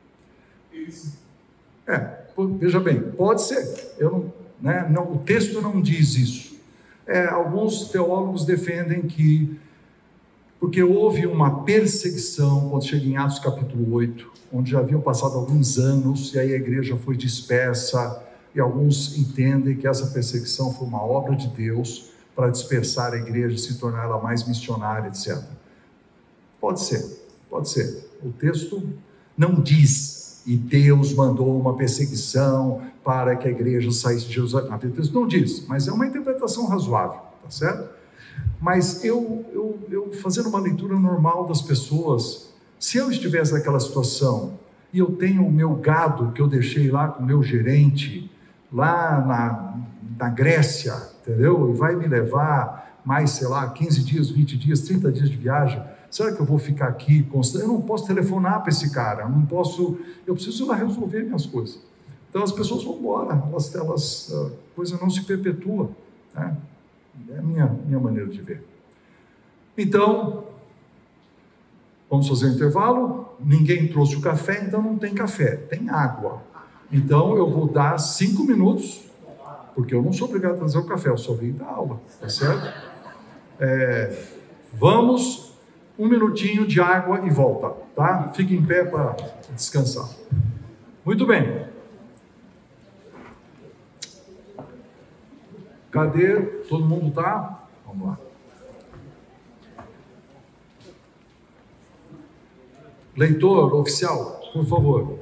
Veja bem, pode ser. O texto não diz isso. Alguns teólogos defendem que, porque houve uma perseguição, quando chega em Atos capítulo 8, onde já haviam passado alguns anos, e aí a igreja foi dispersa, e alguns entendem que essa perseguição foi uma obra de Deus, para dispersar a igreja, se tornar ela mais missionária, etc. Pode ser. O texto não diz, e Deus mandou uma perseguição para que a igreja saísse de Jerusalém. O texto não diz, mas é uma interpretação razoável, tá certo? Mas eu fazendo uma leitura normal das pessoas, se eu estivesse naquela situação, e eu tenho o meu gado que eu deixei lá com o meu gerente, lá na Grécia, entendeu? E vai me levar mais, 15 dias, 20 dias, 30 dias de viagem. Será que eu vou ficar aqui? Eu não posso telefonar para esse cara, eu preciso ir lá resolver minhas coisas. Então as pessoas vão embora, a coisa não se perpetua, né? É a minha maneira de ver. Então, vamos fazer um intervalo. Ninguém trouxe o café, então não tem café, tem água. Então eu vou dar 5 minutos, porque eu não sou obrigado a trazer o café, eu só vim dar aula, tá certo? Vamos, um minutinho de água e volta, tá? Fique em pé para descansar. Muito bem. Cadê? Todo mundo tá? Vamos lá. Leitor oficial, por favor.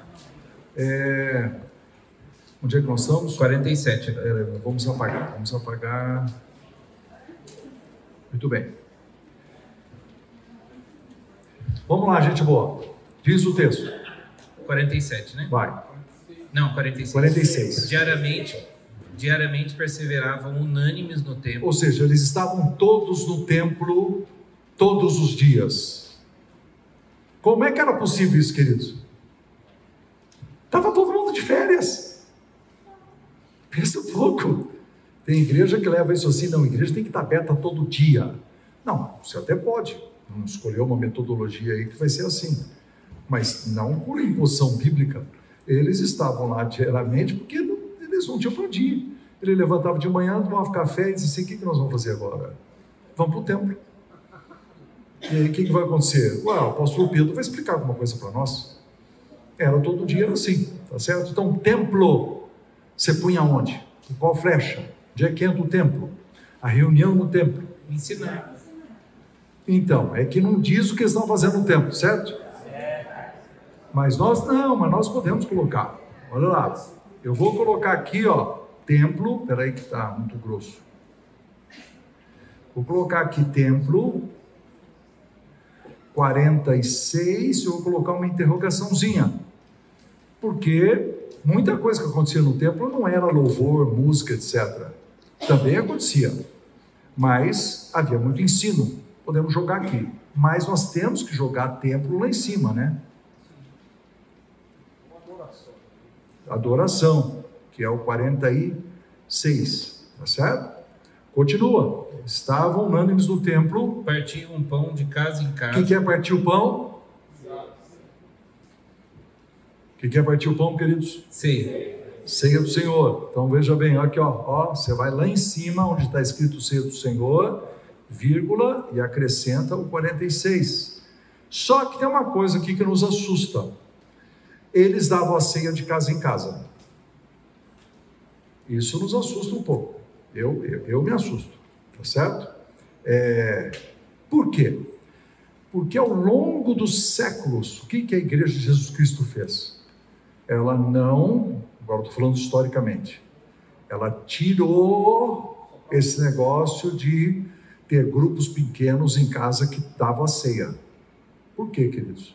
Onde é que nós estamos? 47. Vamos apagar. Muito bem. Vamos lá, gente boa. Diz o texto. 47, né? Vai. Não, 46. 46. Diariamente perseveravam unânimes no templo. Ou seja, eles estavam todos no templo, todos os dias. Como é que era possível isso, queridos? Estava todo mundo de férias. Pensa um pouco. Tem igreja que leva isso assim, não, a igreja tem que estar aberta todo dia. Não, você até pode. Não escolheu uma metodologia aí que vai ser assim. Mas não por imposição bíblica. Eles estavam lá diariamente porque eles não tinham para onde ir. Ele levantava de manhã, tomava café e dizia assim, o que nós vamos fazer agora? Vamos para o templo. E aí o que vai acontecer? O apóstolo Pedro vai explicar alguma coisa para nós. Era todo dia assim, tá certo? Então, templo, você punha onde? Com qual flecha? Onde é que entra o templo? A reunião no templo. Ensinar. Então, é que não diz o que eles estão fazendo no templo, certo? Mas nós podemos colocar. Olha lá, eu vou colocar aqui, templo, peraí que está muito grosso. Vou colocar aqui templo 46, eu vou colocar uma interrogaçãozinha. Porque muita coisa que acontecia no templo não era louvor, música, etc. Também acontecia. Mas havia muito ensino. Podemos jogar aqui. Mas nós temos que jogar templo lá em cima, né? Adoração, que é o 46, tá certo? Continua. Estavam unânimes no templo. Partiam um pão de casa em casa. O que é partir o pão? O que é partir o pão, queridos? Ceia do Senhor. Então veja bem, aqui você vai lá em cima, onde está escrito ceia do Senhor, vírgula, e acrescenta o 46. Só que tem uma coisa aqui que nos assusta. Eles davam a ceia de casa em casa. Isso nos assusta um pouco. Eu me assusto, tá certo? Por quê? Porque ao longo dos séculos, o que a Igreja de Jesus Cristo fez? Ela não, agora estou falando historicamente, ela tirou esse negócio de ter grupos pequenos em casa que davam a ceia. Por quê, queridos?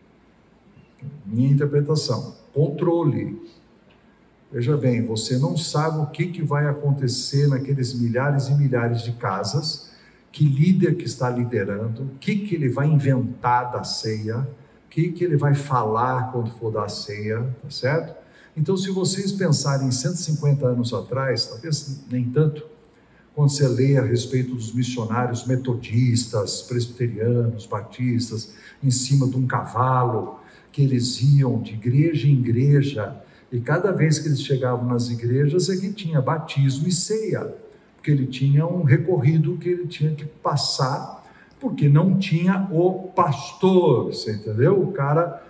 Minha interpretação, controle. Veja bem, você não sabe o que vai acontecer naqueles milhares e milhares de casas, que líder que está liderando, o que ele vai inventar da ceia, o que ele vai falar quando for dar a ceia, tá certo? Então, se vocês pensarem em 150 anos atrás, talvez nem tanto, quando você lê a respeito dos missionários metodistas, presbiterianos, batistas, em cima de um cavalo, que eles iam de igreja em igreja, e cada vez que eles chegavam nas igrejas, ele tinha batismo e ceia, porque ele tinha um recorrido que ele tinha que passar, porque não tinha o pastor, você entendeu? O cara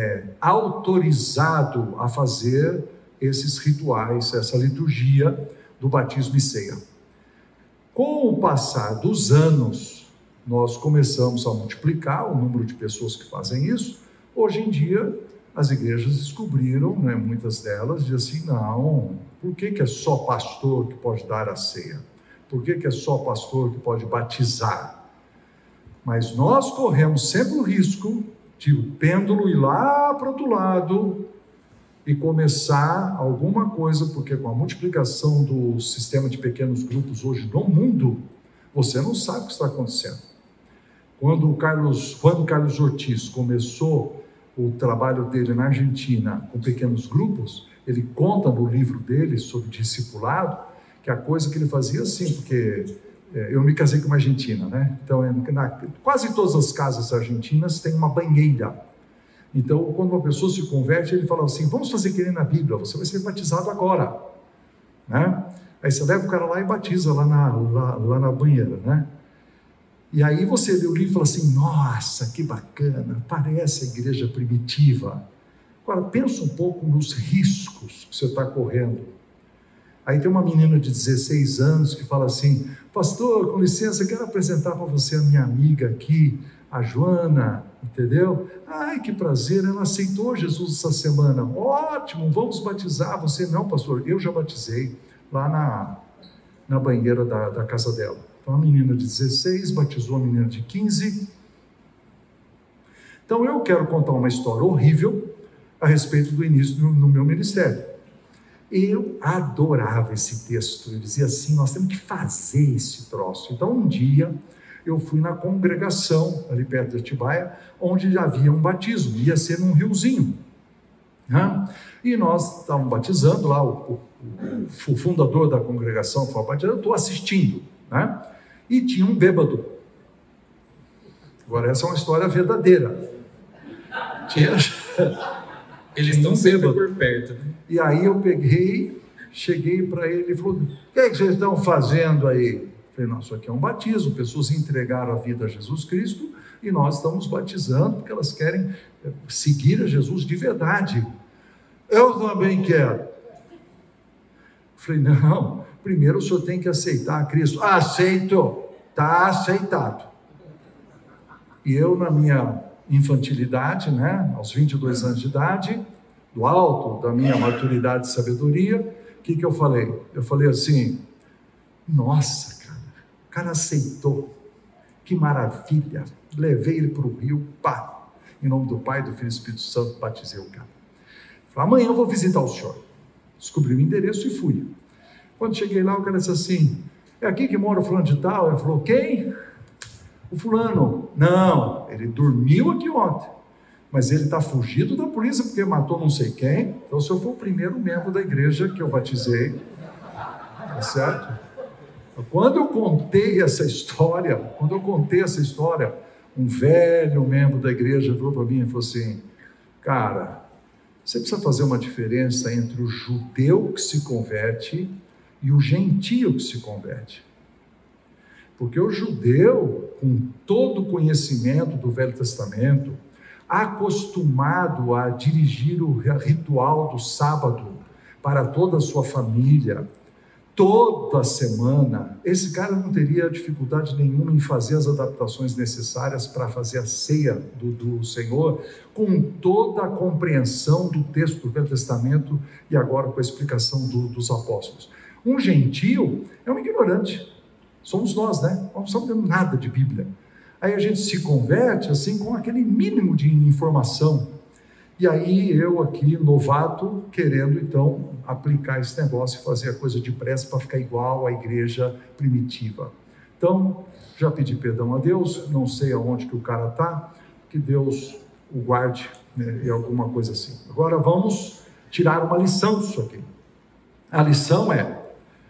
autorizado a fazer esses rituais, essa liturgia do batismo e ceia. Com o passar dos anos, nós começamos a multiplicar o número de pessoas que fazem isso. Hoje em dia, as igrejas descobriram, muitas delas, dizem assim, não, por que é só pastor que pode dar a ceia? Por que é só pastor que pode batizar? Mas nós corremos sempre o risco de o pêndulo ir lá para o outro lado e começar alguma coisa, porque com a multiplicação do sistema de pequenos grupos hoje no mundo, você não sabe o que está acontecendo. Quando Juan Carlos Ortiz começou o trabalho dele na Argentina com pequenos grupos, ele conta no livro dele sobre discipulado, que a coisa que ele fazia assim, porque eu me casei com uma argentina, né? Então, quase todas as casas argentinas têm uma banheira. Então, quando uma pessoa se converte, ele fala assim, vamos fazer que nem na Bíblia, você vai ser batizado agora, né? Aí você leva o cara lá e batiza lá na banheira, né? E aí você lê o livro e fala assim, nossa, que bacana, parece a igreja primitiva. Agora, pensa um pouco nos riscos que você está correndo. Aí tem uma menina de 16 anos que fala assim, pastor, com licença, quero apresentar para você a minha amiga aqui, a Joana, entendeu? Ai, que prazer, ela aceitou Jesus essa semana. Ótimo, vamos batizar você. Não, pastor, eu já batizei lá na banheira da casa dela. Então, a menina de 16 batizou a menina de 15. Então, eu quero contar uma história horrível a respeito do início no meu ministério. Eu adorava esse texto. Eu dizia assim, nós temos que fazer esse troço. Então, um dia, eu fui na congregação, ali perto de Atibaia, onde já havia um batismo, ia ser num riozinho, né? E nós estávamos batizando lá, o fundador da congregação foi batizando, eu estou assistindo, né? E tinha um bêbado. Agora, essa é uma história verdadeira. Eles estão sempre por perto, né? E aí eu cheguei para ele e falou, o que é que vocês estão fazendo aí? Eu falei, não, isso aqui é um batismo, pessoas entregaram a vida a Jesus Cristo e nós estamos batizando porque elas querem seguir a Jesus de verdade. Eu também quero. Eu falei, não, primeiro o senhor tem que aceitar a Cristo. Aceito, está aceitado. E eu, na minha infantilidade, né, aos 22 anos de idade, do alto da minha maturidade e sabedoria, o que eu falei? Eu falei assim, nossa, o cara aceitou, que maravilha, levei ele para o rio, pá, em nome do Pai, do Filho e do Espírito Santo, batizei o cara. Falei, amanhã eu vou visitar o senhor. Descobri o endereço e fui. Quando cheguei lá, o cara disse assim, é aqui que mora o fulano de tal? Ele falou, quem? O fulano. Não, ele dormiu aqui ontem, mas ele está fugido da polícia porque matou não sei quem. Então o senhor foi o primeiro membro da igreja que eu batizei, tá certo? Quando eu contei essa história, um velho membro da igreja falou para mim e falou assim, cara, você precisa fazer uma diferença entre o judeu que se converte e o gentio que se converte. Porque o judeu, com todo o conhecimento do Velho Testamento, acostumado a dirigir o ritual do sábado para toda a sua família, toda semana, esse cara não teria dificuldade nenhuma em fazer as adaptações necessárias para fazer a ceia do Senhor, com toda a compreensão do texto do Velho Testamento e agora com a explicação dos apóstolos. Um gentio é um ignorante, somos nós, né? Nós não sabemos nada de Bíblia. Aí a gente se converte assim com aquele mínimo de informação. E aí eu aqui, novato, querendo então aplicar esse negócio e fazer a coisa depressa para ficar igual à igreja primitiva. Então, já pedi perdão a Deus, não sei aonde que o cara está, que Deus o guarde, né, e alguma coisa assim. Agora vamos tirar uma lição disso aqui. A lição é,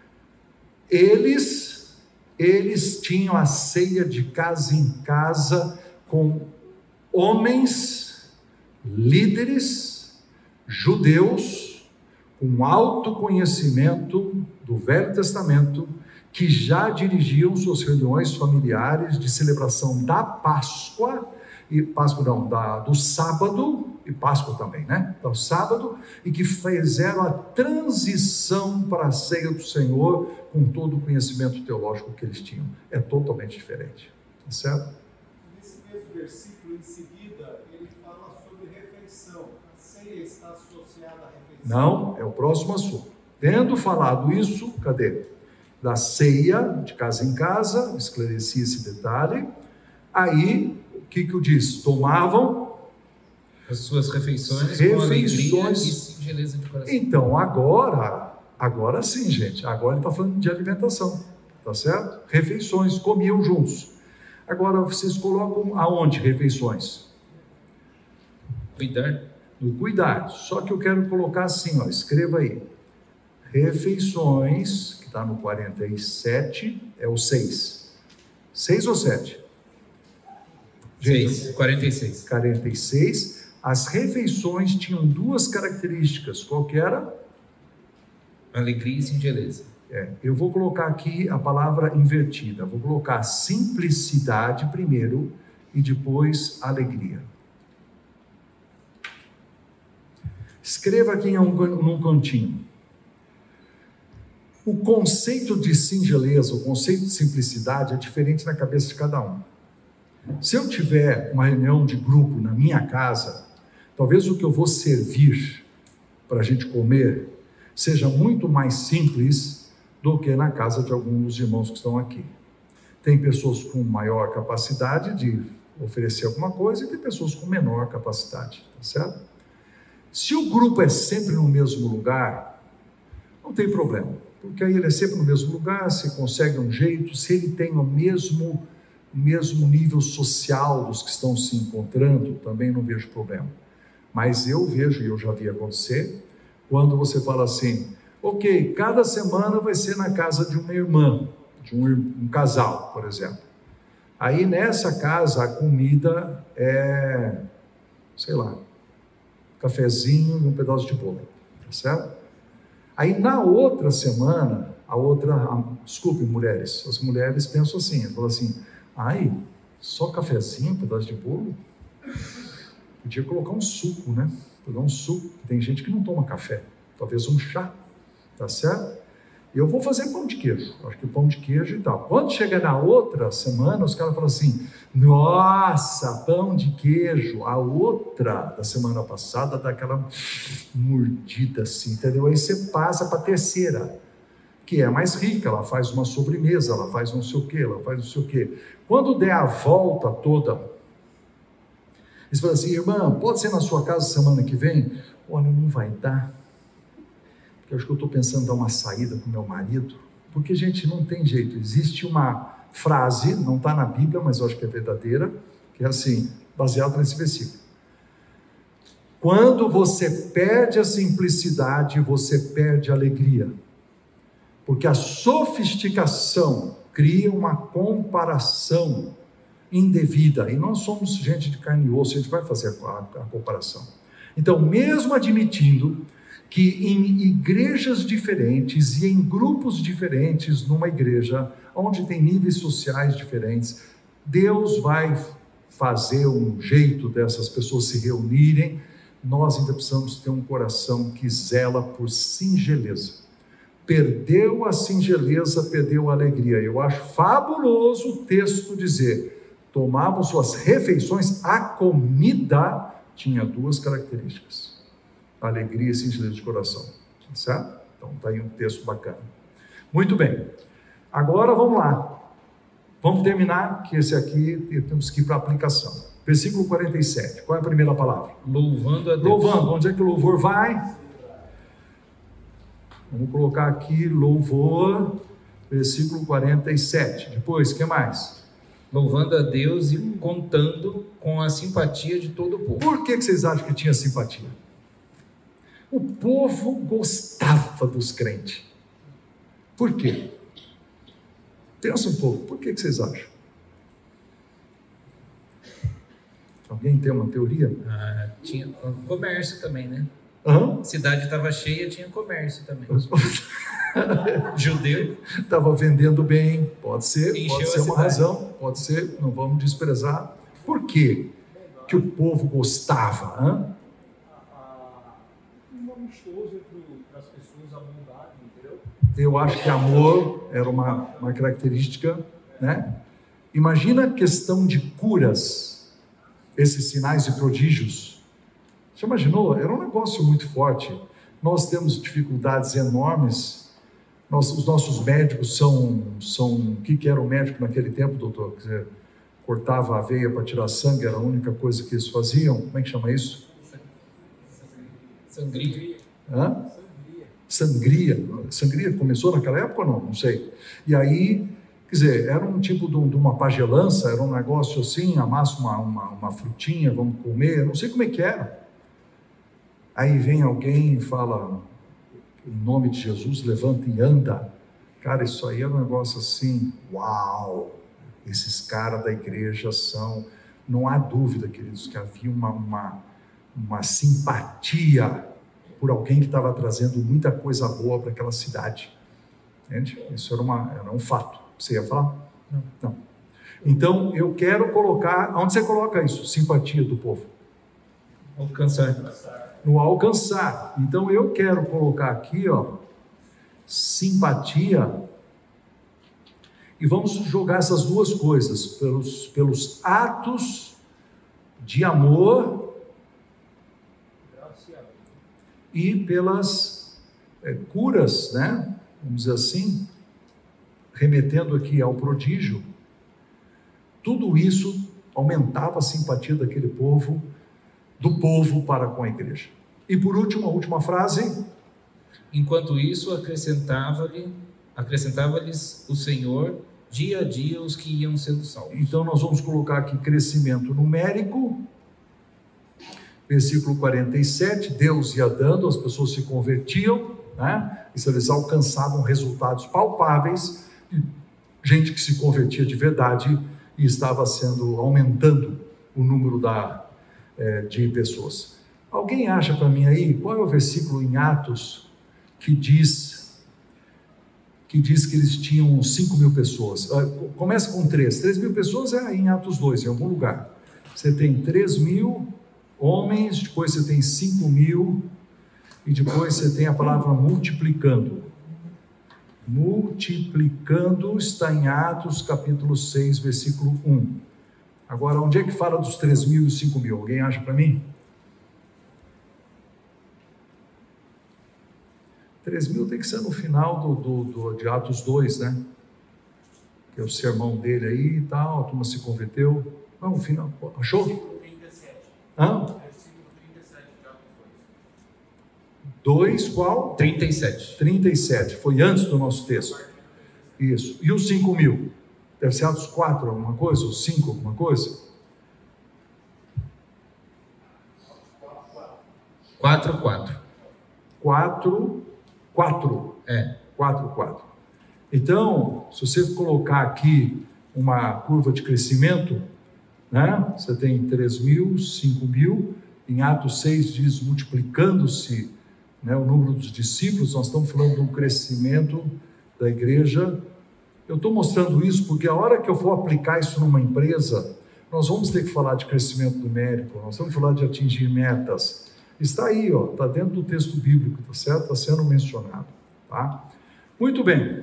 eles tinham a ceia de casa em casa com homens líderes judeus com alto conhecimento do Velho Testamento, que já dirigiam suas reuniões familiares de celebração da Páscoa, do sábado, e Páscoa também, né? Do sábado, e que fizeram a transição para a ceia do Senhor com todo o conhecimento teológico que eles tinham. É totalmente diferente, tá certo? Nesse mesmo versículo, em seguida, ele fala sobre refeição. A ceia está associada à refeição? Não, é o próximo assunto. Tendo falado isso, cadê? Da ceia, de casa em casa, esclareci esse detalhe. Aí, o que eu disse? Tomavam as suas refeições com alegria e singeleza de coração. Então, agora sim, gente. Agora ele está falando de alimentação, tá certo? Refeições, comiam juntos. Agora, vocês colocam aonde refeições? Cuidar. No cuidar. Só que eu quero colocar assim, ó, escreva aí. Refeições, que está no 47, é o 6. 6 ou 7? 6, 46. 46. As refeições tinham duas características. Qual que era? Alegria e singeleza. Eu vou colocar aqui a palavra invertida. Vou colocar simplicidade primeiro e depois alegria. Escreva aqui num cantinho. O conceito de singeleza, o conceito de simplicidade é diferente na cabeça de cada um. Se eu tiver uma reunião de grupo na minha casa, talvez o que eu vou servir para a gente comer seja muito mais simples do que na casa de alguns dos irmãos que estão aqui. Tem pessoas com maior capacidade de oferecer alguma coisa e tem pessoas com menor capacidade, tá certo? Se o grupo é sempre no mesmo lugar, não tem problema, porque aí ele é sempre no mesmo lugar, se consegue um jeito, se ele tem o mesmo nível social dos que estão se encontrando, também não vejo problema. Mas eu vejo, e eu já vi acontecer, quando você fala assim, ok, cada semana vai ser na casa de uma irmã, de um casal, por exemplo. Aí nessa casa a comida é, sei lá, cafezinho e um pedaço de bolo, tá certo? Aí na outra semana, desculpe mulheres, as mulheres pensam assim, falam assim, ai, só cafezinho, um pedaço de bolo? Podia colocar um suco, né? Podia dar um suco, tem gente que não toma café, talvez um chá, tá certo? Eu vou fazer pão de queijo, acho que pão de queijo e tal. Quando chega na outra semana, os caras falam assim, nossa, pão de queijo. A outra da semana passada dá aquela mordida assim, entendeu? Aí você passa para a terceira, que é mais rica, ela faz uma sobremesa, ela faz não sei o quê, ela faz não sei o quê. Quando der a volta toda, eles falam assim, irmã, pode ser na sua casa semana que vem? Olha, não vai dar. Eu acho que eu estou pensando em dar uma saída com meu marido, porque, gente, não tem jeito. Existe uma frase, não está na Bíblia, mas eu acho que é verdadeira, que é assim, baseada nesse versículo. Quando você perde a simplicidade, você perde a alegria, porque a sofisticação cria uma comparação indevida, e nós somos gente de carne e osso, a gente vai fazer a comparação. Então, mesmo admitindo que em igrejas diferentes e em grupos diferentes numa igreja, onde tem níveis sociais diferentes, Deus vai fazer um jeito dessas pessoas se reunirem. Nós ainda precisamos ter um coração que zela por singeleza. Perdeu a singeleza, perdeu a alegria. Eu acho fabuloso o texto dizer, tomavam suas refeições, a comida tinha duas características: alegria e singeleza de coração, certo? Então está aí um texto bacana. Muito bem, agora vamos lá, vamos terminar, que esse aqui temos que ir para a aplicação. Versículo 47, qual é a primeira palavra? Louvando a Deus. Louvando, onde é que o louvor vai? Vamos colocar aqui louvor, versículo 47, depois, o que mais? Louvando a Deus e contando com a simpatia de todo o povo. Por que vocês acham que tinha simpatia? O povo gostava dos crentes. Por quê? Pensa um pouco, por que vocês acham? Alguém tem uma teoria? Tinha comércio também, né? Hã? A cidade estava cheia, tinha comércio também. Judeu. Estava vendendo bem, pode ser Encheu uma razão, pode ser, não vamos desprezar. Por quê que o povo gostava? Hã? Para as pessoas, a bondade, entendeu? Eu acho que amor era uma característica, né? Imagina a questão de curas, esses sinais e prodígios. Você imaginou? Era um negócio muito forte. Nós temos dificuldades enormes. Os nossos médicos são o que era o médico naquele tempo, doutor? Quer dizer, cortava a veia para tirar sangue, era a única coisa que eles faziam. Como é que chama isso? Sangria. Hã? Sangria começou naquela época ou não? Não sei. E aí, quer dizer, era um tipo de uma pagelança, era um negócio assim, amassa uma frutinha, vamos comer, não sei como é que era. Aí vem alguém e fala, em nome de Jesus, levanta e anda. Cara, isso aí é um negócio assim, uau! Esses caras da igreja são, não há dúvida, queridos, que havia uma simpatia por alguém que estava trazendo muita coisa boa para aquela cidade. Entende? Isso era um fato. Você ia falar? Não. Então, eu quero colocar... Onde você coloca isso? Simpatia do povo. Alcançar. No alcançar. Então, eu quero colocar aqui, simpatia, e vamos jogar essas duas coisas, pelos atos de amor e pelas curas, né? Vamos dizer assim, remetendo aqui ao prodígio. Tudo isso aumentava a simpatia daquele povo, do povo para com a igreja. E por último, a última frase. Enquanto isso, acrescentava-lhes o Senhor dia a dia os que iam sendo salvos. Então nós vamos colocar aqui crescimento numérico. Versículo 47, Deus ia dando, as pessoas se convertiam, né? E eles alcançavam resultados palpáveis, e gente que se convertia de verdade e estava aumentando o número de pessoas. Alguém acha para mim aí, qual é o versículo em Atos que diz que eles tinham 5.000 pessoas? Começa com 3.000 pessoas é em Atos 2, em algum lugar. Você tem 3.000 homens, depois você tem 5.000, e depois você tem a palavra multiplicando. Multiplicando está em Atos capítulo 6, versículo 1. Agora, onde é que fala dos 3.000 e 5.000? Alguém acha para mim? 3.000 tem que ser no final de Atos 2, né? Que é o sermão dele aí e tal, a turma se converteu. Não, o final. Achou? 37. Hã? Versículo 37 de Atos 2, qual? 37. 37, foi antes do nosso texto. Isso. E os 5.000? Deve ser Atos 4, alguma coisa? Ou 5, alguma coisa? 4. 4. É. 4. Então, se você colocar aqui uma curva de crescimento, né? Você tem 3.000, 5.000, em Atos 6 diz multiplicando-se, né, o número dos discípulos. Nós estamos falando de um crescimento da igreja. Eu estou mostrando isso porque a hora que eu for aplicar isso numa empresa, nós vamos ter que falar de crescimento numérico, nós vamos falar de atingir metas. Está aí, está dentro do texto bíblico, tá certo? Está sendo mencionado, tá? Muito bem.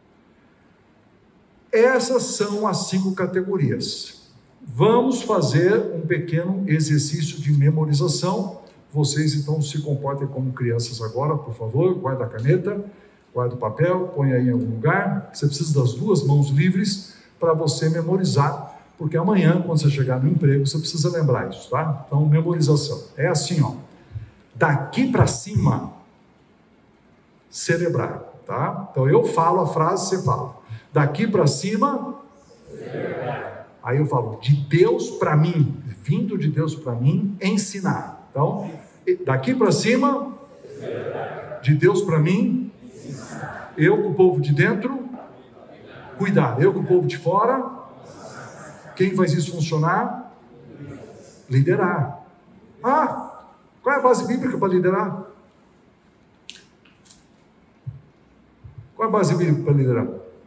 Essas são as 5 categorias. Vamos fazer um pequeno exercício de memorização. Vocês então se comportem como crianças agora, por favor. Guarda a caneta, guarda o papel, põe aí em algum lugar. Você precisa das 2 mãos livres para você memorizar, porque amanhã, quando você chegar no emprego, você precisa lembrar isso, tá? Então, memorização. É assim, daqui para cima, celebrar, tá? Então, eu falo a frase, você fala. Daqui para cima, celebrar. Aí eu falo, de Deus para mim, vindo de Deus para mim, ensinar. Então, daqui para cima, celebrar. De Deus para mim, ensinar. Eu com o povo de dentro, cuidar. Eu com o povo de fora, quem faz isso funcionar? Liderar. Qual é a base bíblica para liderar? Qual é a base bíblica para liderar?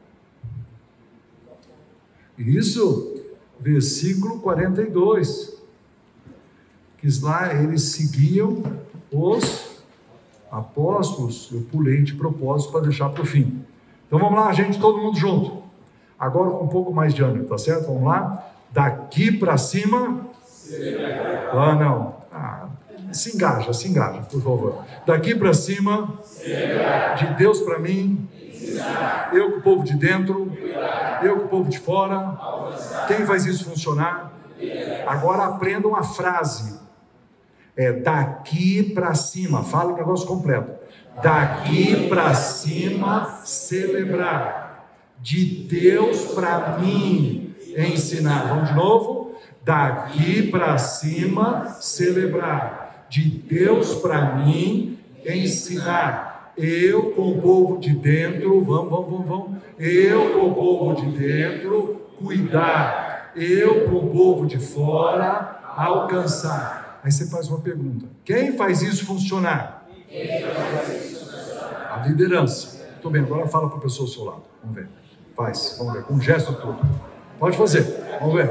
Isso, versículo 42. Que lá eles seguiam os apóstolos. Eu pulei de propósito para deixar para o fim. Então vamos lá, gente, todo mundo junto. Agora com um pouco mais de ânimo, tá certo? Vamos lá. Daqui para cima. Não. Se engaja, por favor. Daqui para cima. De Deus para mim. Eu com o povo de dentro. Eu com o povo de fora. Quem faz isso funcionar? Agora aprendam a frase. Daqui para cima. Fala o negócio completo. Daqui para cima, celebrar. De Deus para mim, ensinar. Vamos de novo? Daqui para cima, celebrar. De Deus para mim, ensinar. Eu com o povo de dentro, vamos. Eu com o povo de dentro, cuidar. Eu com o povo de fora, alcançar. Aí você faz uma pergunta. Quem faz isso funcionar? A liderança. Muito bem, agora fala para a pessoa ao seu lado. Vamos ver. Faz, vamos ver, com um gesto todo. Pode fazer, vamos ver.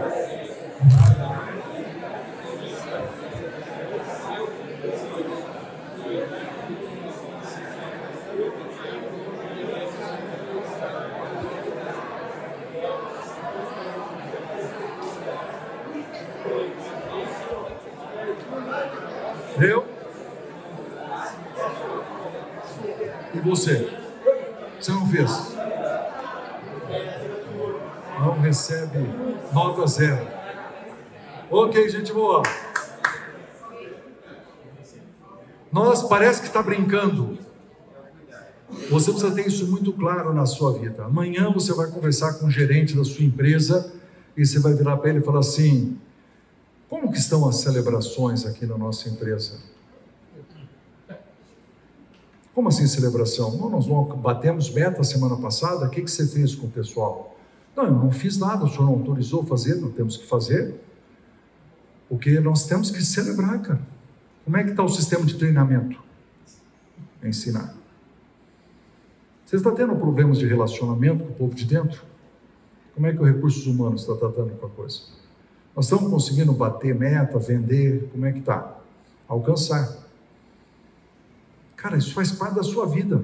Deu? E você? Você não fez? Não recebe nota 0. Ok, gente boa. Nós parece que está brincando. Você precisa ter isso muito claro na sua vida. Amanhã você vai conversar com o gerente da sua empresa e você vai virar para ele e falar assim: como que estão as celebrações aqui na nossa empresa? Como assim celebração? Não, nós batemos meta semana passada, o que você fez com o pessoal? Não, eu não fiz nada, o senhor não autorizou fazer, não temos que fazer, porque nós temos que celebrar, cara. Como é que está o sistema de treinamento? Ensinar. Você está tendo problemas de relacionamento com o povo de dentro? Como é que o recursos humanos está tratando com a coisa? Nós estamos conseguindo bater meta, vender, como é que está? Alcançar. Cara, isso faz parte da sua vida.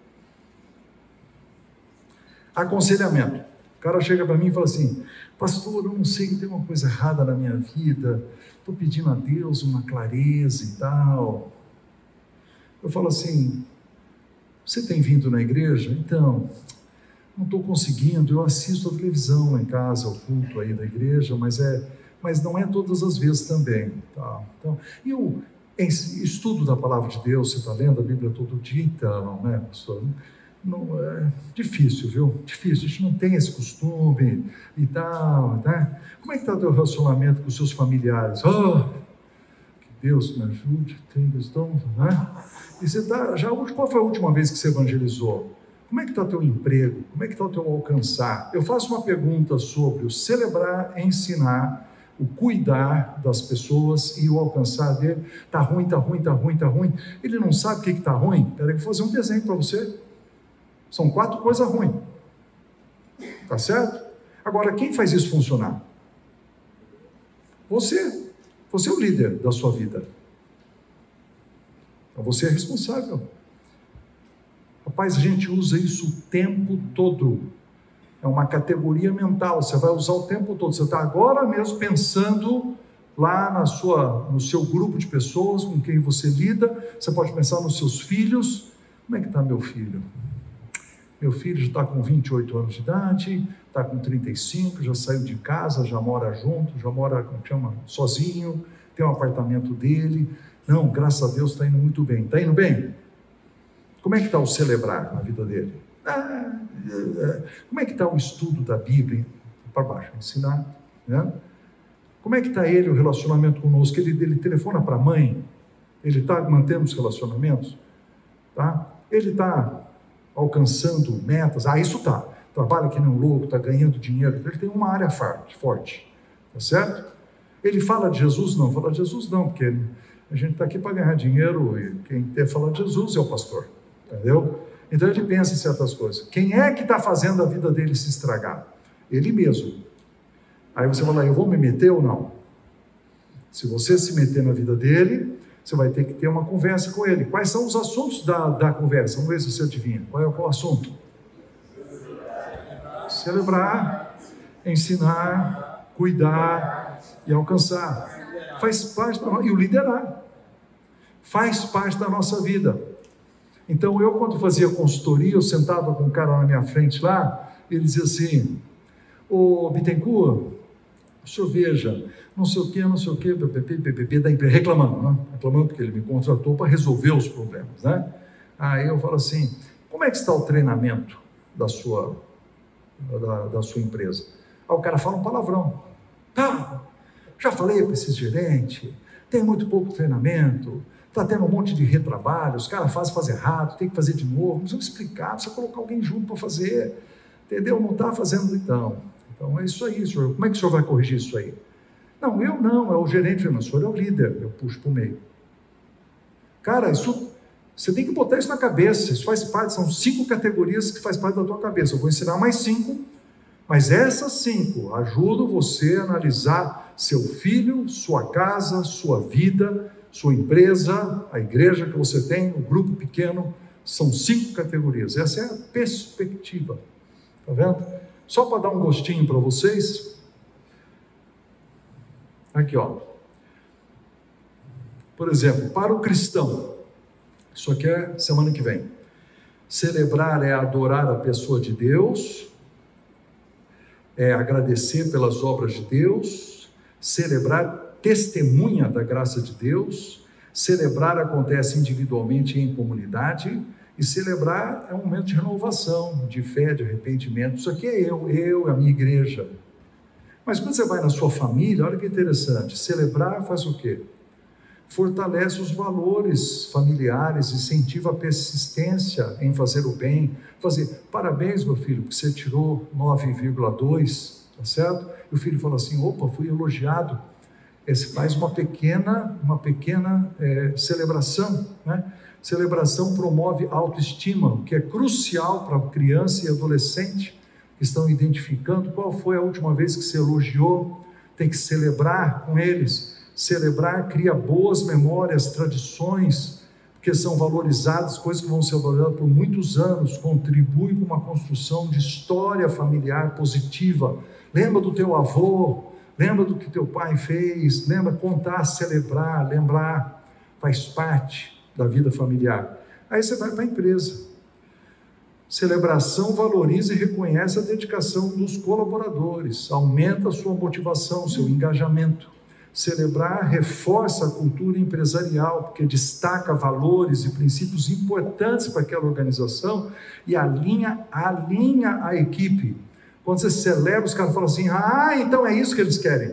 Aconselhamento. O cara chega para mim e fala assim: pastor, eu não sei, tem uma coisa errada na minha vida, estou pedindo a Deus uma clareza e tal. Eu falo assim: você tem vindo na igreja? Então, não estou conseguindo, eu assisto a televisão lá em casa, o culto aí da igreja, mas não é todas as vezes também. Tá? Então, eu estudo da palavra de Deus, você está lendo a Bíblia todo dia, então, né, pastor? Não, é difícil, viu? Difícil, a gente não tem esse costume e tal, né? Como é que está o teu relacionamento com os seus familiares? Oh, que Deus me ajude, tem questão, né? E você está, qual foi a última vez que você evangelizou? Como é que está o teu emprego? Como é que está o teu alcançar? Eu faço uma pergunta sobre o celebrar, ensinar, o cuidar das pessoas e o alcançar dele. Está ruim, está ruim, está ruim, está ruim. Ele não sabe o que está ruim? Espera aí, vou fazer um desenho para você. São 4 coisas ruins. Tá certo? Agora, quem faz isso funcionar? Você. Você é o líder da sua vida. Então você é responsável. Rapaz, a gente usa isso o tempo todo. É uma categoria mental, você vai usar o tempo todo. Você está agora mesmo pensando lá no seu grupo de pessoas com quem você lida. Você pode pensar nos seus filhos. Como é que está meu filho? Meu filho já está com 28 anos de idade, está com 35, já saiu de casa, já mora junto, já mora, como chama, sozinho, tem um apartamento dele. Não, graças a Deus está indo muito bem. Está indo bem? Como é que está o celebrar na vida dele? Como é que está o estudo da Bíblia? Para baixo, ensinar. Né? Como é que está ele, o relacionamento conosco? Ele telefona para a mãe? Ele está mantendo os relacionamentos? Tá? Ele está alcançando metas? Isso está. Trabalha que nem um louco, está ganhando dinheiro. Ele tem uma área forte. Tá certo? Ele fala de Jesus? Não, fala de Jesus não, porque a gente está aqui para ganhar dinheiro e quem quer falar de Jesus é o pastor. Entendeu? Então ele pensa em certas coisas. Quem é que está fazendo a vida dele se estragar? Ele mesmo. Aí você vai lá: eu vou me meter ou não? Se você se meter na vida dele, você vai ter que ter uma conversa com ele. Quais são os assuntos da conversa? Vamos ver se você adivinha. Qual é o assunto? Celebrar, ensinar, cuidar e alcançar. Faz parte e o liderar. Faz parte da nossa vida. Então, eu quando fazia consultoria, eu sentava com um cara na minha frente lá, ele dizia assim: ô Bittencourt, o senhor veja, não sei o que, da empresa, reclamando, né? Reclamando porque ele me contratou para resolver os problemas, né? Aí eu falo assim: como é que está o treinamento da sua empresa? Aí o cara fala um palavrão. Tá, já falei para esse gerente, tem muito pouco treinamento, está tendo um monte de retrabalho, os caras faz errado, tem que fazer de novo, precisa explicar, precisa colocar alguém junto para fazer, entendeu? Não está fazendo então é isso aí, senhor. Como é que o senhor vai corrigir isso aí? Não, é o gerente, mas o senhor é o líder, eu puxo para o meio. Cara, isso Você tem que botar isso na cabeça, isso faz parte, são 5 categorias que faz parte da tua cabeça. Eu vou ensinar mais 5, mas essas 5 ajudam você a analisar seu filho, sua casa, sua vida, sua empresa, a igreja que você tem, o grupo pequeno. São 5 categorias, essa é a perspectiva, tá vendo? Só para dar um gostinho para vocês, aqui ó, por exemplo, para o cristão, isso aqui é semana que vem, celebrar é adorar a pessoa de Deus, é agradecer pelas obras de Deus, celebrar testemunha da graça de Deus, celebrar acontece individualmente e em comunidade, e celebrar é um momento de renovação, de fé, de arrependimento. Isso aqui é eu e a minha igreja. Mas quando você vai na sua família, olha que interessante, celebrar faz o quê? Fortalece os valores familiares, incentiva a persistência em fazer o bem, fazer, parabéns meu filho, porque você tirou 9,2, tá certo? E o filho fala assim, opa, fui elogiado. Você faz uma pequena celebração, né? Celebração promove autoestima, o que é crucial para a criança e adolescente que estão identificando qual foi a última vez que você elogiou. Tem que celebrar com eles. Celebrar cria boas memórias, tradições, porque são valorizadas, coisas que vão ser valorizadas por muitos anos, contribui com uma construção de história familiar positiva. Lembra do teu avô, lembra do que teu pai fez, lembra, contar, celebrar, lembrar, faz parte da vida familiar. Aí você vai para a empresa. Celebração valoriza e reconhece a dedicação dos colaboradores, aumenta a sua motivação, seu engajamento. Celebrar reforça a cultura empresarial, porque destaca valores e princípios importantes para aquela organização e alinha a equipe. Quando você celebra, os caras falam assim, então é isso que eles querem.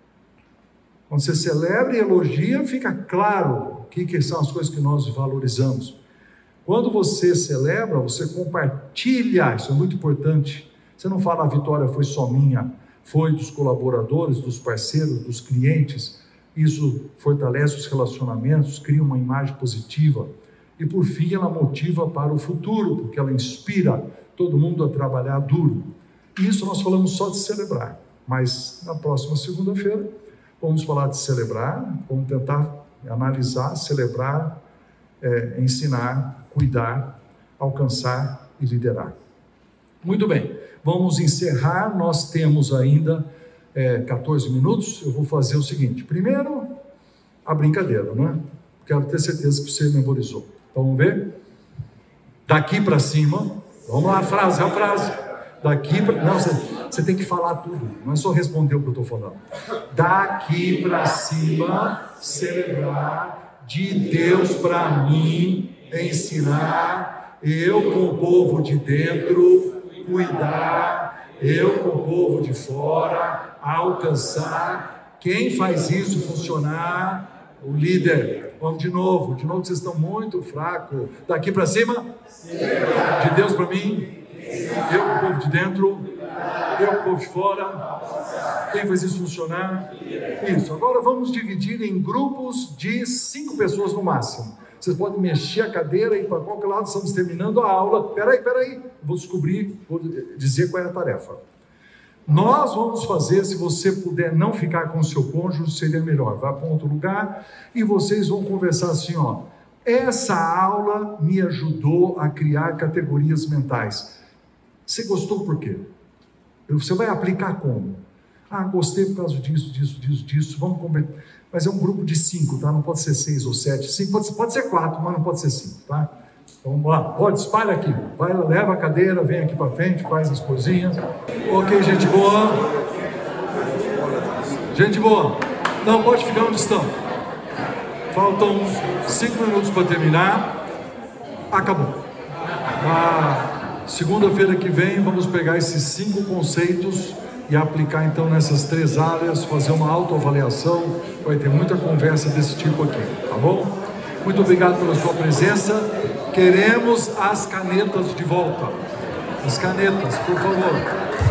Quando você celebra e elogia, fica claro o que são as coisas que nós valorizamos. Quando você celebra, você compartilha, isso é muito importante. Você não fala a vitória foi só minha, foi dos colaboradores, dos parceiros, dos clientes. Isso fortalece os relacionamentos, cria uma imagem positiva. E por fim, ela motiva para o futuro, porque ela inspira todo mundo a trabalhar duro. Isso nós falamos só de celebrar, mas na próxima segunda-feira vamos falar de celebrar, vamos tentar analisar, celebrar, ensinar, cuidar, alcançar e liderar. Muito bem, vamos encerrar, nós temos ainda 14 minutos, eu vou fazer o seguinte, primeiro, a brincadeira, não é? Quero ter certeza que você memorizou. Então, vamos ver? Daqui para cima, vamos lá, a frase. Daqui para... Não, você tem que falar tudo, não é só responder o que eu estou falando. Daqui para cima, celebrar, de Deus para mim, ensinar, eu com o povo de dentro, cuidar, eu com o povo de fora, alcançar. Quem faz isso funcionar? O líder. Vamos de novo, vocês estão muito fracos. Daqui para cima, de Deus para mim, eu com o povo de dentro, eu com o povo de fora. Quem faz isso funcionar? Isso. Agora vamos dividir em grupos de 5 pessoas no máximo. Vocês podem mexer a cadeira e ir para qualquer lado, estamos terminando a aula. Peraí, vou dizer qual é a tarefa. Nós vamos fazer, se você puder não ficar com o seu cônjuge, seria melhor. Vá para outro lugar e vocês vão conversar assim, ó. Essa aula me ajudou a criar categorias mentais. Você gostou por quê? Você vai aplicar como? Gostei por causa disso, vamos conversar. Mas é um grupo de 5, tá? Não pode ser 6 ou 7, 5, pode ser 4, mas não pode ser 5, tá? Então vamos lá, pode, espalha aqui, vai, leva a cadeira, vem aqui para frente, faz as coisinhas. Ok, gente boa. Gente boa. Não, pode ficar onde estão. Faltam 5 minutos para terminar. Acabou. Segunda-feira que vem vamos pegar esses 5 conceitos e aplicar então nessas 3 áreas, fazer uma autoavaliação, vai ter muita conversa desse tipo aqui, tá bom? Muito obrigado pela sua presença, queremos as canetas de volta, as canetas, por favor.